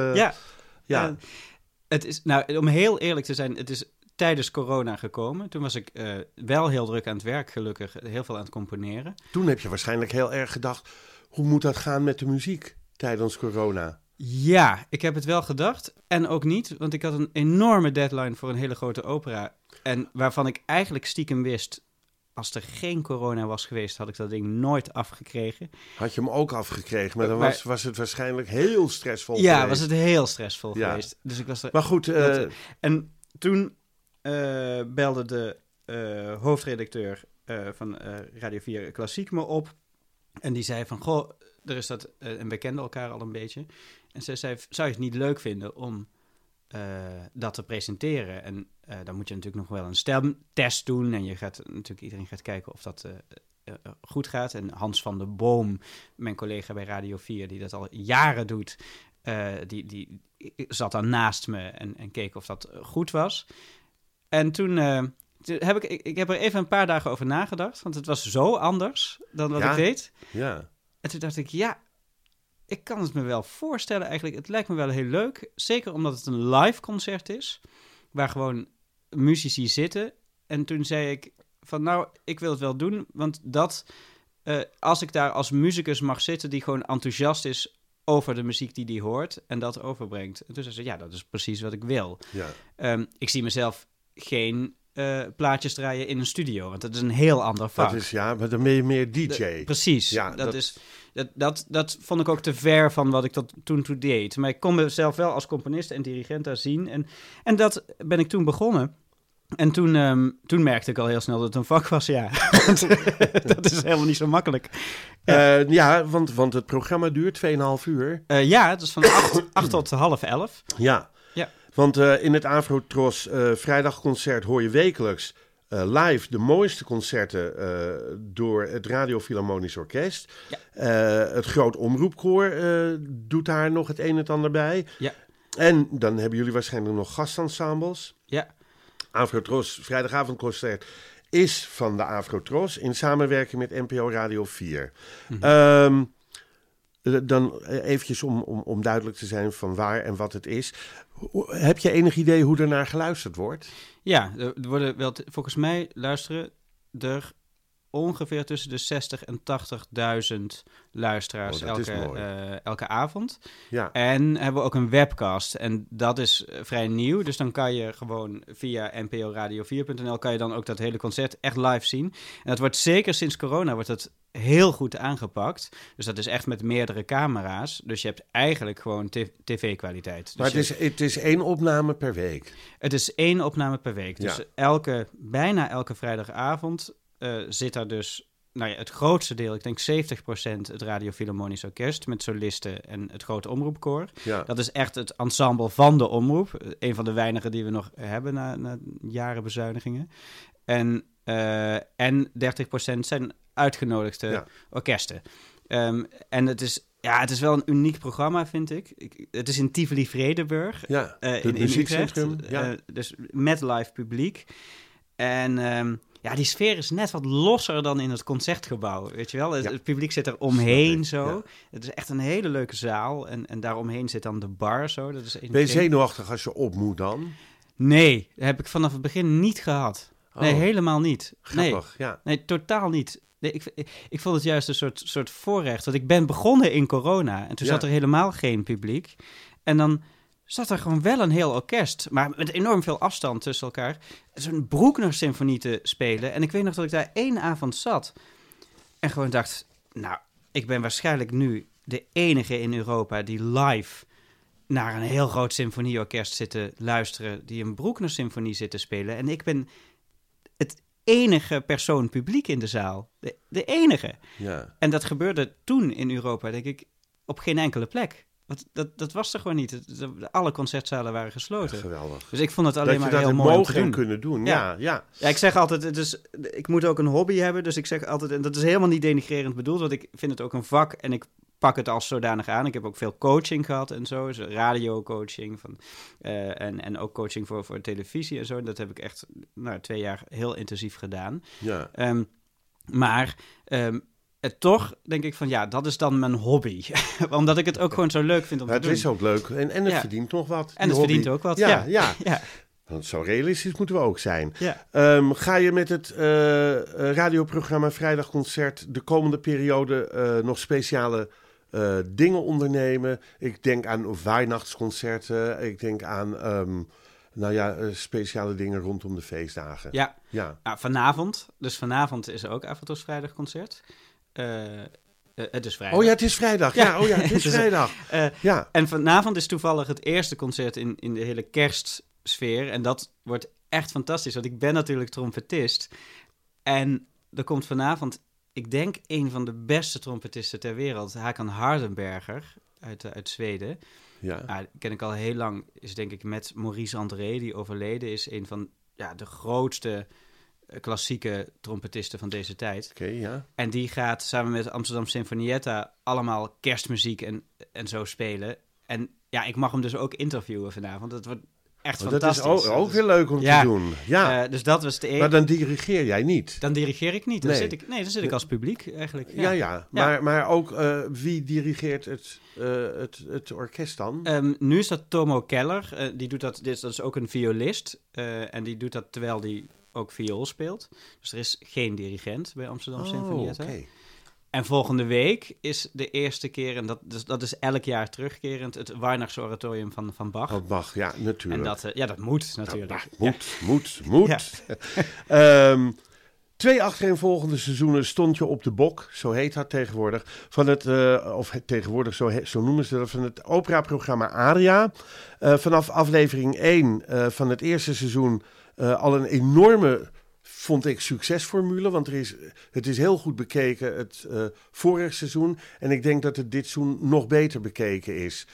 Het is, nou, om heel eerlijk te zijn, het is tijdens corona gekomen. Toen was ik wel heel druk aan het werk, gelukkig. Heel veel aan het componeren. Toen heb je waarschijnlijk heel erg gedacht, hoe moet dat gaan met de muziek tijdens corona? Ja, ik heb het wel gedacht. En ook niet, want ik had een enorme deadline voor een hele grote opera. En waarvan ik eigenlijk stiekem wist, als er geen corona was geweest, had ik dat ding nooit afgekregen. Had je hem ook afgekregen, maar dan was het waarschijnlijk heel stressvol geweest. Ja, was het heel stressvol geweest. Dus ik was er... Maar goed... En toen belde de hoofdredacteur van Radio 4 Klassiek me op. En die zei van, goh, er is dat... en we kenden elkaar al een beetje. En ze zei, zou je het niet leuk vinden om dat te presenteren? En dan moet je natuurlijk nog wel een stemtest doen. En iedereen gaat kijken of dat goed gaat. En Hans van der Boom, mijn collega bij Radio 4, die dat al jaren doet... Die zat dan naast me en keek of dat goed was. En toen heb ik heb er even een paar dagen over nagedacht. Want het was zo anders dan wat ik deed. Ja. En toen dacht ik, ik kan het me wel voorstellen eigenlijk. Het lijkt me wel heel leuk. Zeker omdat het een live concert is. Waar gewoon muzici zitten. En toen zei ik van, nou, ik wil het wel doen. Want als ik daar als muzikus mag zitten die gewoon enthousiast is over de muziek die hij hoort en dat overbrengt. En toen zei ze, ja, dat is precies wat ik wil. Ja. Ik zie mezelf geen plaatjes draaien in een studio, want dat is een heel ander vak. Maar dan ben je meer DJ. Precies. Ja, dat vond ik ook te ver van wat ik tot toen deed. Maar ik kon mezelf wel als componist en dirigent daar zien. En dat ben ik toen begonnen. En toen merkte ik al heel snel dat het een vak was, ja. Dat is helemaal niet zo makkelijk. Want het programma duurt 2,5 uur. Het is van 8 tot 10:30. Ja. Want in het Afro-Tros vrijdagconcert hoor je wekelijks live de mooiste concerten door het Radio Philharmonisch Orkest. Ja. Het Groot Omroepkoor doet daar nog het een en het ander bij. Ja. En dan hebben jullie waarschijnlijk nog gastensembles. Ja. Afro-Tros vrijdagavondconcert is van de Afro-Tros in samenwerking met NPO Radio 4. Mm-hmm. Dan eventjes om duidelijk te zijn van waar en wat het is. Heb je enig idee hoe er naar geluisterd wordt? Ja, er worden wel volgens mij luisteren er ongeveer tussen de 60 en 80.000 luisteraars elke avond. Ja. En hebben we ook een webcast. En dat is vrij nieuw. Dus dan kan je gewoon via nporadio4.nl kan je dan ook dat hele concert echt live zien. En dat wordt zeker sinds corona wordt dat heel goed aangepakt. Dus dat is echt met meerdere camera's. Dus je hebt eigenlijk gewoon tv-kwaliteit. Dus maar het is 1 opname per week? Het is 1 opname per week. Dus bijna elke vrijdagavond zit daar dus het grootste deel, ik denk 70%, het Radio Philharmonisch Orkest met solisten en het grote omroepkoor. Ja. Dat is echt het ensemble van de omroep. Een van de weinigen die we nog hebben na jaren bezuinigingen. En 30% zijn uitgenodigde orkesten. En het is wel een uniek programma, vind ik. Het is in Tivoli-Vredenburg. Ja, in muziekcentrum. Dus met live publiek. En die sfeer is net wat losser dan in het concertgebouw, weet je wel? Het publiek zit er omheen zo. Ja. Het is echt een hele leuke zaal. En daaromheen zit dan de bar zo. Dat is ben je zenuwachtig als je op moet dan? Nee, dat heb ik vanaf het begin niet gehad. Nee, helemaal niet. Grappig, ja. Nee, totaal niet. Nee, ik vond het juist een soort voorrecht. Want ik ben begonnen in corona. En toen zat er helemaal geen publiek. En dan zat er gewoon wel een heel orkest. Maar met enorm veel afstand tussen elkaar. Zo'n Bruckner-symfonie te spelen. En ik weet nog dat ik daar 1 avond zat. En gewoon dacht, nou, ik ben waarschijnlijk nu de enige in Europa die live naar een heel groot symfonieorkest zit te luisteren. Die een Bruckner-symfonie zit te spelen. En ik ben het enige persoon publiek in de zaal. De enige. Ja. En dat gebeurde toen in Europa, denk ik, op geen enkele plek. Dat was er gewoon niet. Alle concertzalen waren gesloten. Ja, geweldig. Dus ik vond het alleen maar heel mooi mooi om te doen. Kunnen doen. Ja, ik zeg altijd, ik moet ook een hobby hebben. Dus ik zeg altijd, en dat is helemaal niet denigrerend bedoeld, want ik vind het ook een vak en ik pak het als zodanig aan. Ik heb ook veel coaching gehad en zo. Dus radiocoaching en ook coaching voor televisie en zo. En dat heb ik echt 2 jaar heel intensief gedaan. Ja. Toch denk ik van, dat is dan mijn hobby. Omdat ik het ook gewoon zo leuk vind om te doen. Het is ook leuk. En het verdient nog wat. En het verdient ook wat, ja. Want zo realistisch moeten we ook zijn. Ja. Ga je met het radioprogramma Vrijdagconcert de komende periode nog speciale dingen ondernemen? Ik denk aan Weihnachtsconcerten. Ik denk aan speciale dingen rondom de feestdagen. Ja. Vanavond. Dus vanavond is er ook Avatros Vrijdagconcert. Het is vrijdag. Oh ja, het is vrijdag. Het is vrijdag. En vanavond is toevallig het eerste concert in de hele kerstsfeer. En dat wordt echt fantastisch. Want ik ben natuurlijk trompetist. En er komt vanavond, ik denk, een van de beste trompetisten ter wereld. Hakan Hardenberger uit Zweden. Ja. Ken ik al heel lang. Is denk ik met Maurice André, die overleden is. Een van de grootste klassieke trompetisten van deze tijd. En die gaat samen met Amsterdam Sinfonietta allemaal kerstmuziek en zo spelen. En ik mag hem dus ook interviewen vanavond. Dat wordt echt fantastisch. Dat is ook weer leuk om te doen. Dus dat was de Maar dan dirigeer jij niet? Dan dirigeer ik niet. Dan zit ik als publiek eigenlijk. Maar ook wie dirigeert het orkest dan? Nu is dat Tomo Keller. Die doet dat. Dat is ook een violist. En die doet dat terwijl die ook viool speelt. Dus er is geen dirigent bij Amsterdam Sinfonietta. Okay. En volgende week is de eerste keer, en dat is elk jaar terugkerend, het Weihnachtsoratorium van Bach. Van Bach, ja, natuurlijk. En dat moet natuurlijk. Moet. Ja. 2 achtereenvolgende seizoenen stond je op de bok, zo heet dat tegenwoordig, van zo noemen ze dat, van het operaprogramma Aria. Vanaf aflevering 1 van het eerste seizoen al een enorme, vond ik, succesformule. Want het is heel goed bekeken het vorig seizoen. En ik denk dat het dit seizoen nog beter bekeken is.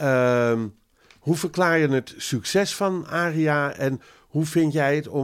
Hoe verklaar je het succes van Aria? En hoe vind jij het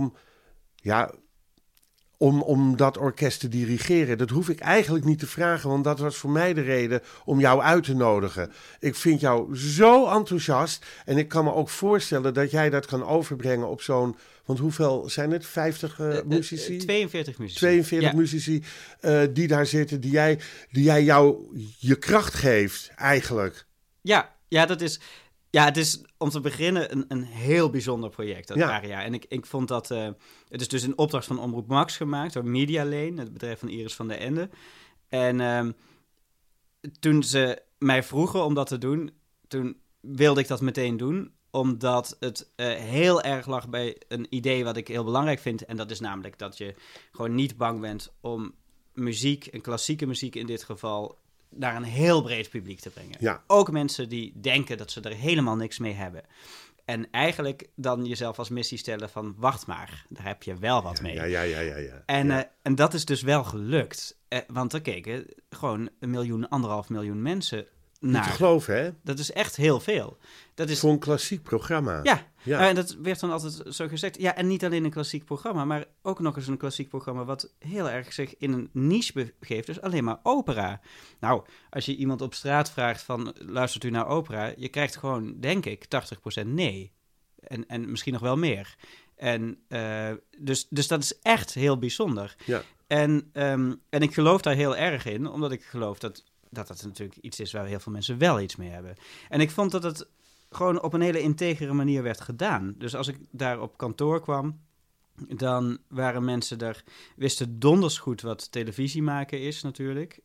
om dat orkest te dirigeren? Dat hoef ik eigenlijk niet te vragen, want dat was voor mij de reden om jou uit te nodigen. Ik vind jou zo enthousiast en ik kan me ook voorstellen dat jij dat kan overbrengen op zo'n... Want hoeveel zijn het? 50 muzici? 42 muzici. 42 muzici die daar zitten, die jij je kracht geeft eigenlijk. Ja, dat is... Ja, het is om te beginnen een heel bijzonder project, dat Aria. En ik vond dat... het is dus in opdracht van Omroep Max gemaakt door Media Lane, het bedrijf van Iris van der Ende. En toen ze mij vroegen om dat te doen, toen wilde ik dat meteen doen, omdat het heel erg lag bij een idee wat ik heel belangrijk vind. En dat is namelijk dat je gewoon niet bang bent om muziek, en klassieke muziek in dit geval, naar een heel breed publiek te brengen. Ja. Ook mensen die denken dat ze er helemaal niks mee hebben. En eigenlijk dan jezelf als missie stellen van... wacht maar, daar heb je wel wat mee. Ja. En dat is dus wel gelukt. Want er keken gewoon 1,5 miljoen mensen naar. Niet te geloven, hè? Dat is echt heel veel. Dat is voor een klassiek programma. Ja. En dat werd dan altijd zo gezegd. Ja, en niet alleen een klassiek programma, maar ook nog eens een klassiek programma... wat heel erg zich in een niche begeeft, dus alleen maar opera. Nou, als je iemand op straat vraagt van... luistert u naar opera? Je krijgt gewoon, denk ik, 80% nee. En misschien nog wel meer. En dus dat is echt heel bijzonder. Ja. En ik geloof daar heel erg in, omdat ik geloof dat natuurlijk iets is waar heel veel mensen wel iets mee hebben. En ik vond dat het gewoon op een hele integere manier werd gedaan. Dus als ik daar op kantoor kwam, dan waren mensen daar... wisten donders goed wat televisie maken is natuurlijk.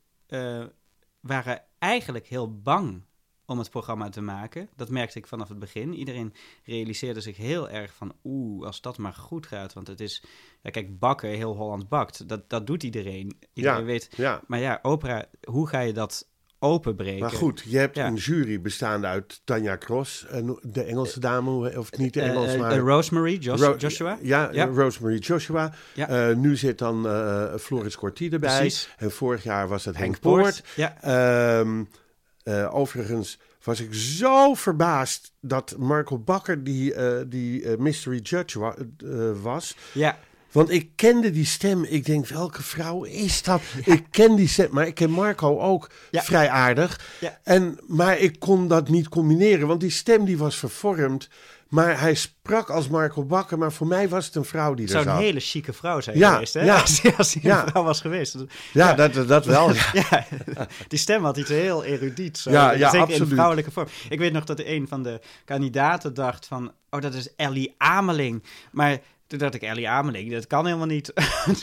Waren eigenlijk heel bang om het programma te maken. Dat merkte ik vanaf het begin. Iedereen realiseerde zich heel erg van... als dat maar goed gaat. Want het is... Ja, kijk, bakken, heel Holland bakt. Dat doet iedereen. Iedereen weet... Ja. Maar ja, opera, hoe ga je dat openbreken? Maar goed, je hebt een jury bestaande uit Tanja Cross... de Engelse dame, of niet de Engelse, maar... Rosemary Joshua. Ja, Rosemary Joshua. Ja. Nu zit dan Floris Corti erbij. Precies. En vorig jaar was het Henk Poort. Ja. Overigens was ik zo verbaasd dat Marco Bakker die Mystery Judge was. Ja. Want ik kende die stem. Ik denk, welke vrouw is dat? Ja. Ik ken die stem, maar ik ken Marco ook vrij aardig. Ja. Maar ik kon dat niet combineren, want die stem die was vervormd. Maar hij sprak als Marco Bakker, maar voor mij was het een vrouw die er zat. Het zou een hele chique vrouw zijn geweest, hè? Als hij een vrouw was geweest. Ja, dat wel. Ja. Die stem had iets heel erudiet. Zo. Ja, zeker absoluut. in vrouwelijke vorm. Ik weet nog dat een van de kandidaten dacht van... dat is Ellie Ameling. Maar... Toen dacht ik, Ellie Ameling, dat kan helemaal niet.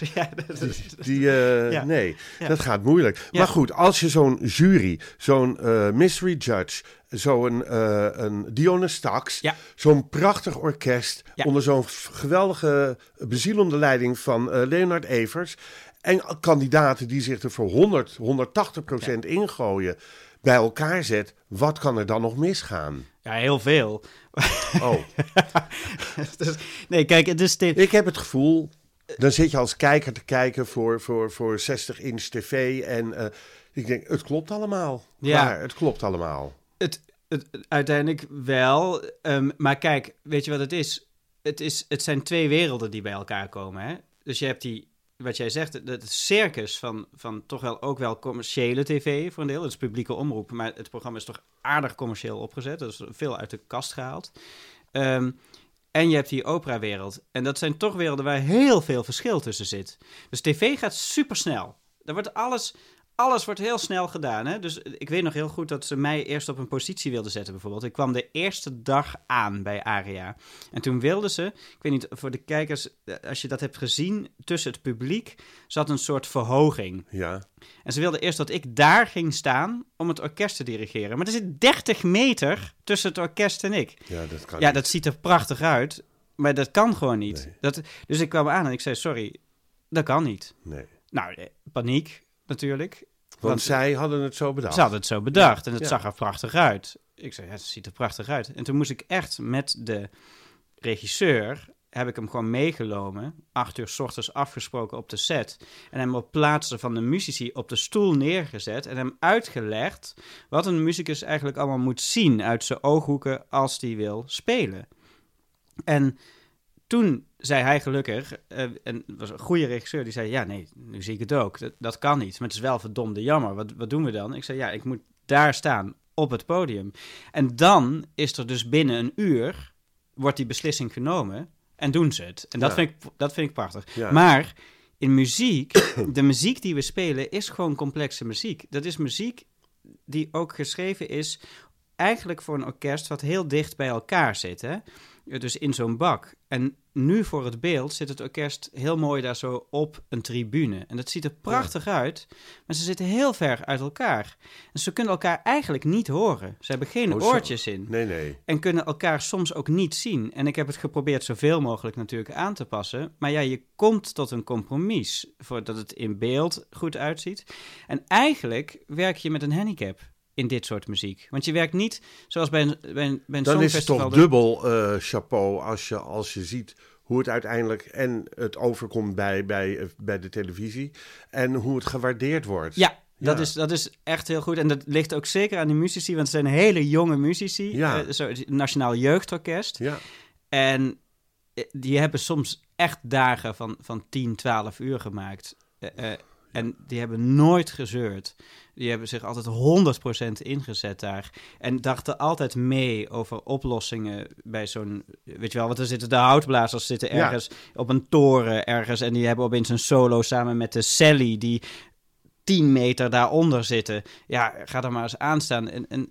Nee, dat gaat moeilijk. Ja. Maar goed, als je zo'n jury, zo'n mystery judge, zo'n Dionne Stax, zo'n prachtig orkest, onder zo'n geweldige, bezielende leiding van Leonard Evers, en kandidaten die zich er voor 180% ingooien, bij elkaar zet, wat kan er dan nog misgaan? Ja, heel veel. Oh. Nee, kijk, het is... Ik heb het gevoel, dan zit je als kijker te kijken voor 60-inch tv en ik denk, het klopt allemaal. Ja. Maar het klopt allemaal. Het uiteindelijk wel, maar kijk, weet je wat het is? Het zijn twee werelden die bij elkaar komen, hè? Dus je hebt die... Wat jij zegt, het circus van toch wel commerciële tv voor een deel. Het is publieke omroep, maar het programma is toch aardig commercieel opgezet. Dat is veel uit de kast gehaald. En je hebt die operawereld. En dat zijn toch werelden waar heel veel verschil tussen zit. Dus tv gaat supersnel. Daar wordt alles wordt heel snel gedaan. Hè? Dus ik weet nog heel goed dat ze mij eerst op een positie wilden zetten bijvoorbeeld. Ik kwam de eerste dag aan bij Aria. En toen wilden ze, ik weet niet, voor de kijkers, als je dat hebt gezien, tussen het publiek zat een soort verhoging. Ja. En ze wilden eerst dat ik daar ging staan om het orkest te dirigeren. Maar er zit 30 meter tussen het orkest en ik. Ja, dat kan niet. niet. Dat ziet er prachtig uit, maar dat kan gewoon niet. Nee. Dus ik kwam aan en ik zei, sorry, dat kan niet. Nee. Nou, paniek natuurlijk. Want zij hadden het zo bedacht. Ze hadden het zo bedacht en het zag er prachtig uit. Ik zei, het ziet er prachtig uit. En toen moest ik echt met de regisseur, heb ik hem gewoon meegenomen, 8 uur 's ochtends afgesproken op de set. En hem op plaatsen van de muzici op de stoel neergezet en hem uitgelegd wat een muzikus eigenlijk allemaal moet zien uit zijn ooghoeken als die wil spelen. En toen zei hij gelukkig, en het was een goede regisseur, die zei, ja nee, nu zie ik het ook. Dat kan niet, maar het is wel verdomde jammer. Wat doen we dan? Ik zei, ja, ik moet daar staan, op het podium. En dan is er dus binnen een uur, wordt die beslissing genomen en doen ze het. En dat vind ik prachtig. Ja. Maar in muziek, de muziek die we spelen is gewoon complexe muziek. Dat is muziek die ook geschreven is eigenlijk voor een orkest wat heel dicht bij elkaar zit, hè? Dus in zo'n bak. En nu voor het beeld zit het orkest heel mooi daar zo op een tribune. En dat ziet er prachtig uit, maar ze zitten heel ver uit elkaar. En ze kunnen elkaar eigenlijk niet horen. Ze hebben geen oortjes in. Nee. En kunnen elkaar soms ook niet zien. En ik heb het geprobeerd zoveel mogelijk natuurlijk aan te passen. Maar ja, je komt tot een compromis voordat het in beeld goed uitziet. En eigenlijk werk je met een handicap in dit soort muziek. Want je werkt niet zoals bij een Dan songfestival. is het toch dubbel chapeau als je ziet hoe het uiteindelijk en het overkomt bij de televisie en hoe het gewaardeerd wordt. Ja. Dat is echt heel goed. En dat ligt ook zeker aan de muzici, want het zijn hele jonge muzici. Ja. Het Nationaal Jeugdorkest. Ja. En die hebben soms echt dagen van 10, 12 uur gemaakt. En die hebben nooit gezeurd. Die hebben zich altijd 100% ingezet daar. En dachten altijd mee over oplossingen bij zo'n... Weet je wel, want er zitten de houtblazers zitten ergens op een toren ergens. En die hebben opeens een solo samen met de Sally die 10 meter daaronder zitten. Ja, ga er maar eens aan staan.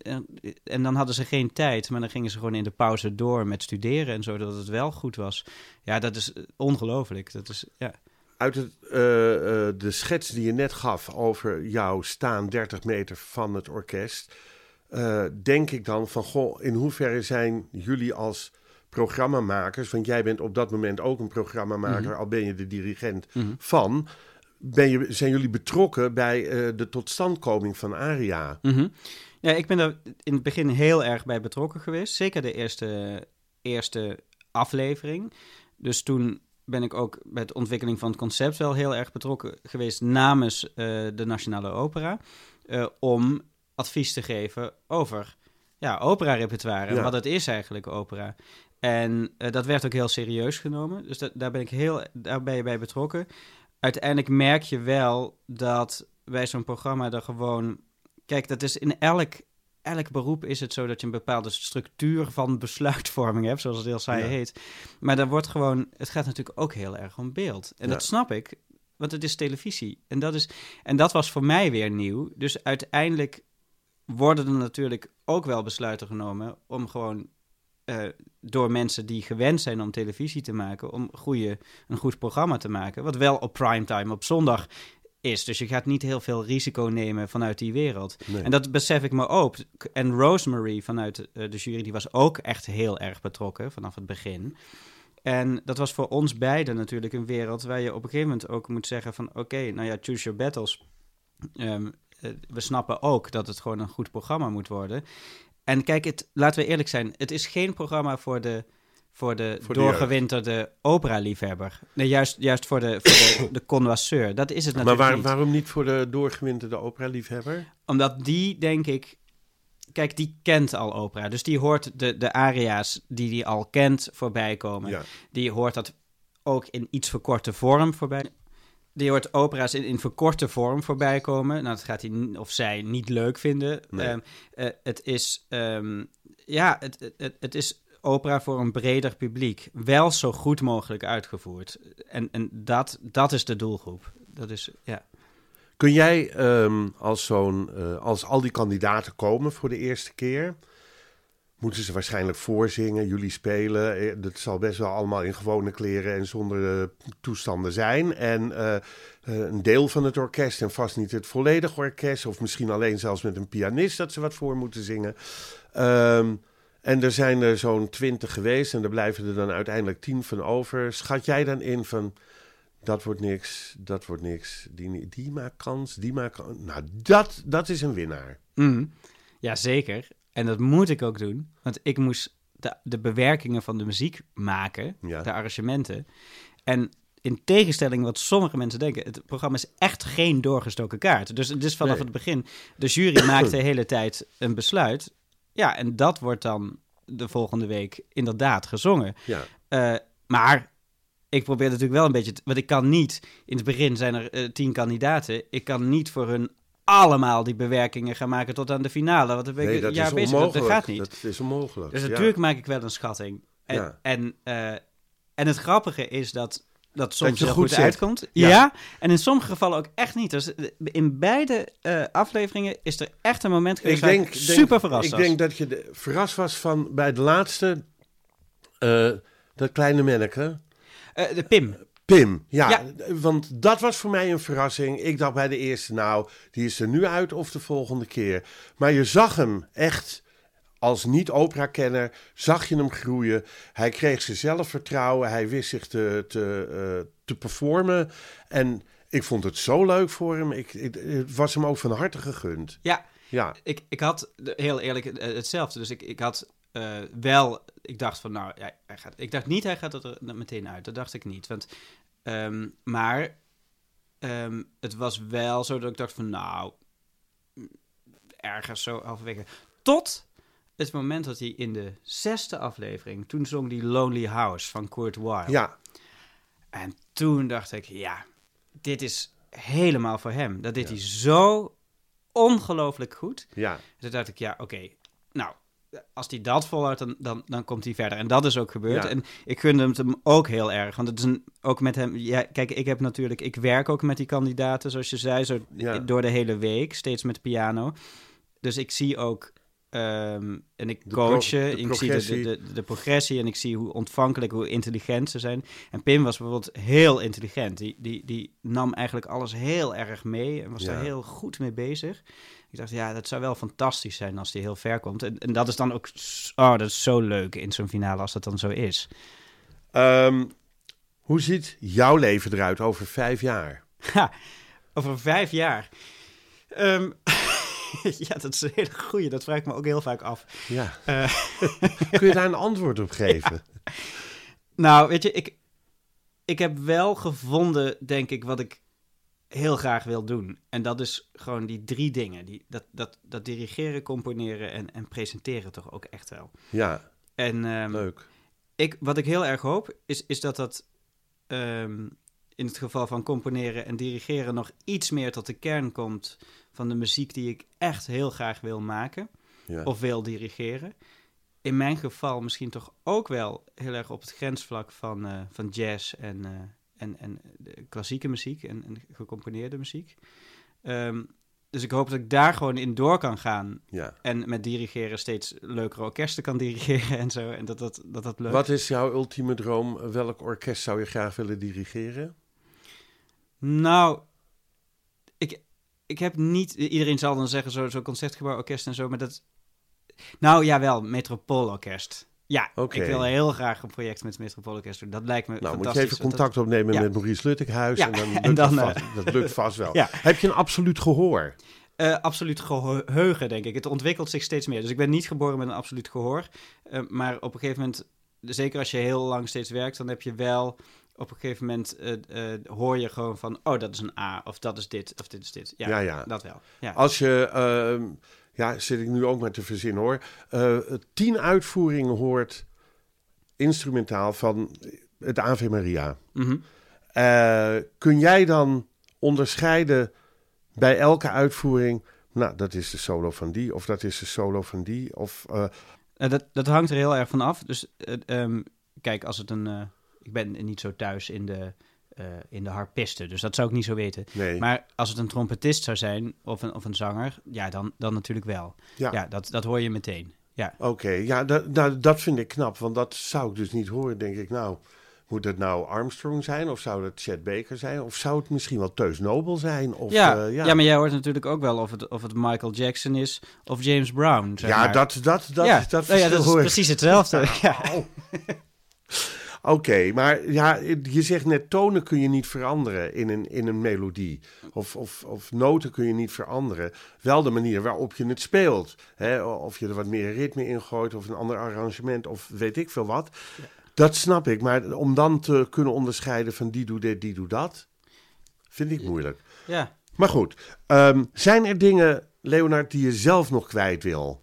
En dan hadden ze geen tijd, maar dan gingen ze gewoon in de pauze door met studeren en zo, dat het wel goed was. Ja, dat is ongelooflijk. Dat is, ja. Uit de schets die je net gaf over jou staan 30 meter van het orkest, denk ik dan van, goh, in hoeverre zijn jullie als programmamakers, want jij bent op dat moment ook een programmamaker, al ben je de dirigent van... Zijn jullie betrokken bij de totstandkoming van ARIA? Mm-hmm. Ja, ik ben daar in het begin heel erg bij betrokken geweest. Zeker de eerste aflevering. Dus toen ben ik ook bij de ontwikkeling van het concept wel heel erg betrokken geweest namens de Nationale Opera. Om advies te geven over opera-repertoire. Ja. Wat het is eigenlijk, opera. En dat werd ook heel serieus genomen. Dus daar ben ik daarbij bij betrokken. Uiteindelijk merk je wel dat bij zo'n programma er gewoon... Kijk, dat is in elk beroep is het zo dat je een bepaalde structuur van besluitvorming hebt, zoals het heel saai heet. Maar daar wordt gewoon... Het gaat natuurlijk ook heel erg om beeld. En dat snap ik, want het is televisie. En dat was voor mij weer nieuw. Dus uiteindelijk worden er natuurlijk ook wel besluiten genomen om gewoon... door mensen die gewend zijn om televisie te maken, om een goed programma te maken, wat wel op primetime op zondag is. Dus je gaat niet heel veel risico nemen vanuit die wereld. Nee. En dat besef ik me ook. En Rosemary vanuit de jury, die was ook echt heel erg betrokken vanaf het begin. En dat was voor ons beiden natuurlijk een wereld waar je op een gegeven moment ook moet zeggen van oké, nou ja, choose your battles. We snappen ook dat het gewoon een goed programma moet worden. En kijk, laten we eerlijk zijn, het is geen programma voor de doorgewinterde opera-liefhebber. Nee, juist voor de connoisseur. Dat is het natuurlijk niet. Maar waarom niet voor de doorgewinterde opera-liefhebber? Omdat die, denk ik... Kijk, die kent al opera. Dus die hoort de aria's die al kent voorbij komen. Ja. Die hoort dat ook in iets verkorte vorm voorbij. Die hoort opera's in verkorte vorm voorbij komen. Nou, dat gaat hij of zij niet leuk vinden. Nee. Het is opera voor een breder publiek. Wel zo goed mogelijk uitgevoerd. En dat is de doelgroep. Dat is, ja. Kun jij als al die kandidaten komen voor de eerste keer, moeten ze waarschijnlijk voorzingen, jullie spelen. Dat zal best wel allemaal in gewone kleren en zonder toestanden zijn. En een deel van het orkest en vast niet het volledige orkest, of misschien alleen zelfs met een pianist dat ze wat voor moeten zingen. En er zijn er zo'n 20 geweest en er blijven er dan uiteindelijk 10 van over. Schat jij dan in van... Dat wordt niks. Die maakt kans, die maakt kans. Nou, dat is een winnaar. Ja, zeker. En dat moet ik ook doen. Want ik moest de bewerkingen van de muziek maken. Ja. De arrangementen. En in tegenstelling wat sommige mensen denken... het programma is echt geen doorgestoken kaart. Dus het is vanaf het begin... De jury maakt de hele tijd een besluit. Ja, en dat wordt dan de volgende week inderdaad gezongen. Ja. Maar... Ik probeer natuurlijk wel een beetje... Want ik kan niet... In het begin zijn er 10 kandidaten. Ik kan niet voor hun allemaal die bewerkingen gaan maken tot aan de finale. Want dan ben ik een jaar bezig. Dat gaat niet. Dat is onmogelijk. Dus natuurlijk maak ik wel een schatting. En het grappige is dat soms heel goed uitkomt. Ja, en in sommige gevallen ook echt niet. Dus in beide afleveringen is er echt een moment geweest waar ik super verrast was. Ik denk dat je verrast was van bij de laatste... dat kleine manneke... de Pim. Pim, ja. Want dat was voor mij een verrassing. Ik dacht bij de eerste, nou, die is er nu uit of de volgende keer. Maar je zag hem echt, als niet-opera-kenner, zag je hem groeien. Hij kreeg zijn zelfvertrouwen. Hij wist zich te performen. En ik vond het zo leuk voor hem. Het was hem ook van harte gegund. Ja, Ja. Ik had, heel eerlijk, hetzelfde. Dus ik had wel... Ik dacht van, nou, ja, ik dacht niet, hij gaat er meteen uit. Dat dacht ik niet. Want, maar het was wel zo dat ik dacht van, nou... Ergens zo halverwege. Tot het moment dat hij in de 6e aflevering... Toen zong die Lonely House van Kurt Weill. Ja. En toen dacht ik, ja, dit is helemaal voor hem. Dat deed hij zo ongelooflijk goed. Ja. Toen dacht ik, ja, oké, nou, als hij dat volhoudt, dan komt hij verder. En dat is ook gebeurd. Ja. En ik gunde het hem ook heel erg. Want het is ook met hem... Ja, kijk, ik werk ook met die kandidaten, zoals je zei, zo door de hele week, steeds met piano. Dus ik zie ook... en ik coachen, ik zie de progressie en ik zie hoe ontvankelijk, hoe intelligent ze zijn. En Pim was bijvoorbeeld heel intelligent. Die nam eigenlijk alles heel erg mee en was daar heel goed mee bezig. Ik dacht, ja, dat zou wel fantastisch zijn als die heel ver komt. En dat is dan ook, dat is zo leuk in zo'n finale als dat dan zo is. Hoe ziet jouw leven eruit over 5 jaar? Over 5 jaar? Ja, dat is een hele goeie. Dat vraag ik me ook heel vaak af. Ja. Kun je daar een antwoord op geven? Ja. Nou, weet je, ik heb wel gevonden, denk ik, wat ik heel graag wil doen. En dat is gewoon die 3 dingen. Dat dirigeren, componeren en presenteren toch ook echt wel. Ja, en, leuk. Wat ik heel erg hoop, is dat in het geval van componeren en dirigeren nog iets meer tot de kern komt van de muziek die ik echt heel graag wil maken of wil dirigeren. In mijn geval misschien toch ook wel heel erg op het grensvlak van jazz en de klassieke muziek en gecomponeerde muziek. Dus ik hoop dat ik daar gewoon in door kan gaan. Ja. En met dirigeren steeds leukere orkesten kan dirigeren en zo. En dat leuk. Wat is jouw ultieme droom? Welk orkest zou je graag willen dirigeren? Nou, ik heb niet... Iedereen zal dan zeggen zo'n concertgebouworkest en zo, maar dat... Nou, jawel, Metropoolorkest. Ja, ik wil heel graag een project met het Metropoolorkest doen. Dat lijkt me fantastisch. Moet je even contact opnemen met Maurice Luttekhuis. Ja. En dan dat lukt vast wel. Ja. Heb je een absoluut gehoor? Absoluut geheugen, denk ik. Het ontwikkelt zich steeds meer. Dus ik ben niet geboren met een absoluut gehoor. Maar op een gegeven moment, zeker als je heel lang steeds werkt, dan heb je wel... Op een gegeven moment hoor je gewoon van... Oh, dat is een A, of dat is dit, of dit is dit. Ja. Dat wel. Ja. Als je... zit ik nu ook maar te verzinnen hoor. 10 uitvoeringen hoort instrumentaal van het Ave Maria. Mm-hmm. Kun jij dan onderscheiden bij elke uitvoering... Nou, dat is de solo van die, of dat is de solo van die, of... Dat hangt er heel erg van af. Dus kijk, als het een... ik ben niet zo thuis in de harpiste, dus dat zou ik niet zo weten. Nee. Maar als het een trompetist zou zijn, of een zanger, ja, dan natuurlijk wel. Ja, dat hoor je meteen. Ja. Oké, dat vind ik knap, want dat zou ik dus niet horen, denk ik. Nou, moet het nou Armstrong zijn, of zou het Chet Baker zijn, of zou het misschien wel Teus Nobel zijn? Of, ja, maar jij hoort natuurlijk ook wel of het Michael Jackson is, of James Brown. Zeg maar. Dat is precies hetzelfde. Ja. Oké, maar je zegt net tonen kun je niet veranderen in een melodie. Of noten kun je niet veranderen. Wel de manier waarop je het speelt. Hè? Of je er wat meer ritme in gooit of een ander arrangement of weet ik veel wat. Ja. Dat snap ik, maar om dan te kunnen onderscheiden van die doet dit, die doet dat, vind ik moeilijk. Ja. Maar goed, zijn er dingen, Leonard, die je zelf nog kwijt wil?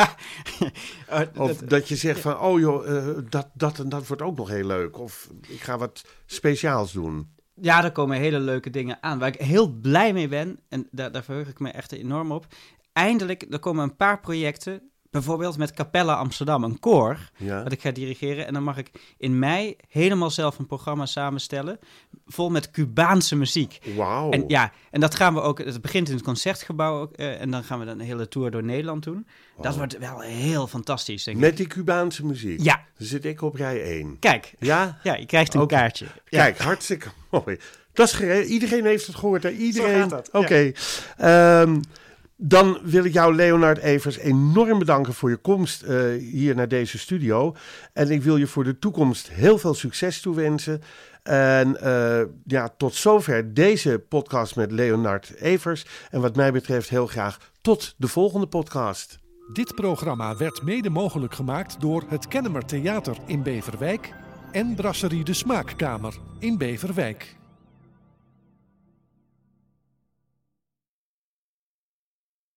Of dat je zegt van, oh joh, dat en dat wordt ook nog heel leuk. Of ik ga wat speciaals doen. Ja, er komen hele leuke dingen aan. Waar ik heel blij mee ben, en daar verheug ik me echt enorm op. Eindelijk, er komen een paar projecten, bijvoorbeeld met Capella Amsterdam, een koor, dat ik ga dirigeren. En dan mag ik in mei helemaal zelf een programma samenstellen, vol met Cubaanse muziek. Wauw. En dat gaan we ook, het begint in het Concertgebouw ook, en dan gaan we dan een hele tour door Nederland doen. Wow. Dat wordt wel heel fantastisch, denk ik. Met die Cubaanse muziek? Ja. Dan zit ik op rij 1. Kijk. Ja? Ja, je krijgt een kaartje. Kijk, hartstikke mooi. Dat is iedereen heeft het gehoord, hè? Iedereen. Zo gaat dat. Oké. Dan wil ik jou, Leonard Evers, enorm bedanken voor je komst hier naar deze studio. En ik wil je voor de toekomst heel veel succes toewensen. En tot zover deze podcast met Leonard Evers. En wat mij betreft heel graag tot de volgende podcast. Dit programma werd mede mogelijk gemaakt door het Kennemer Theater in Beverwijk en Brasserie de Smaakkamer in Beverwijk.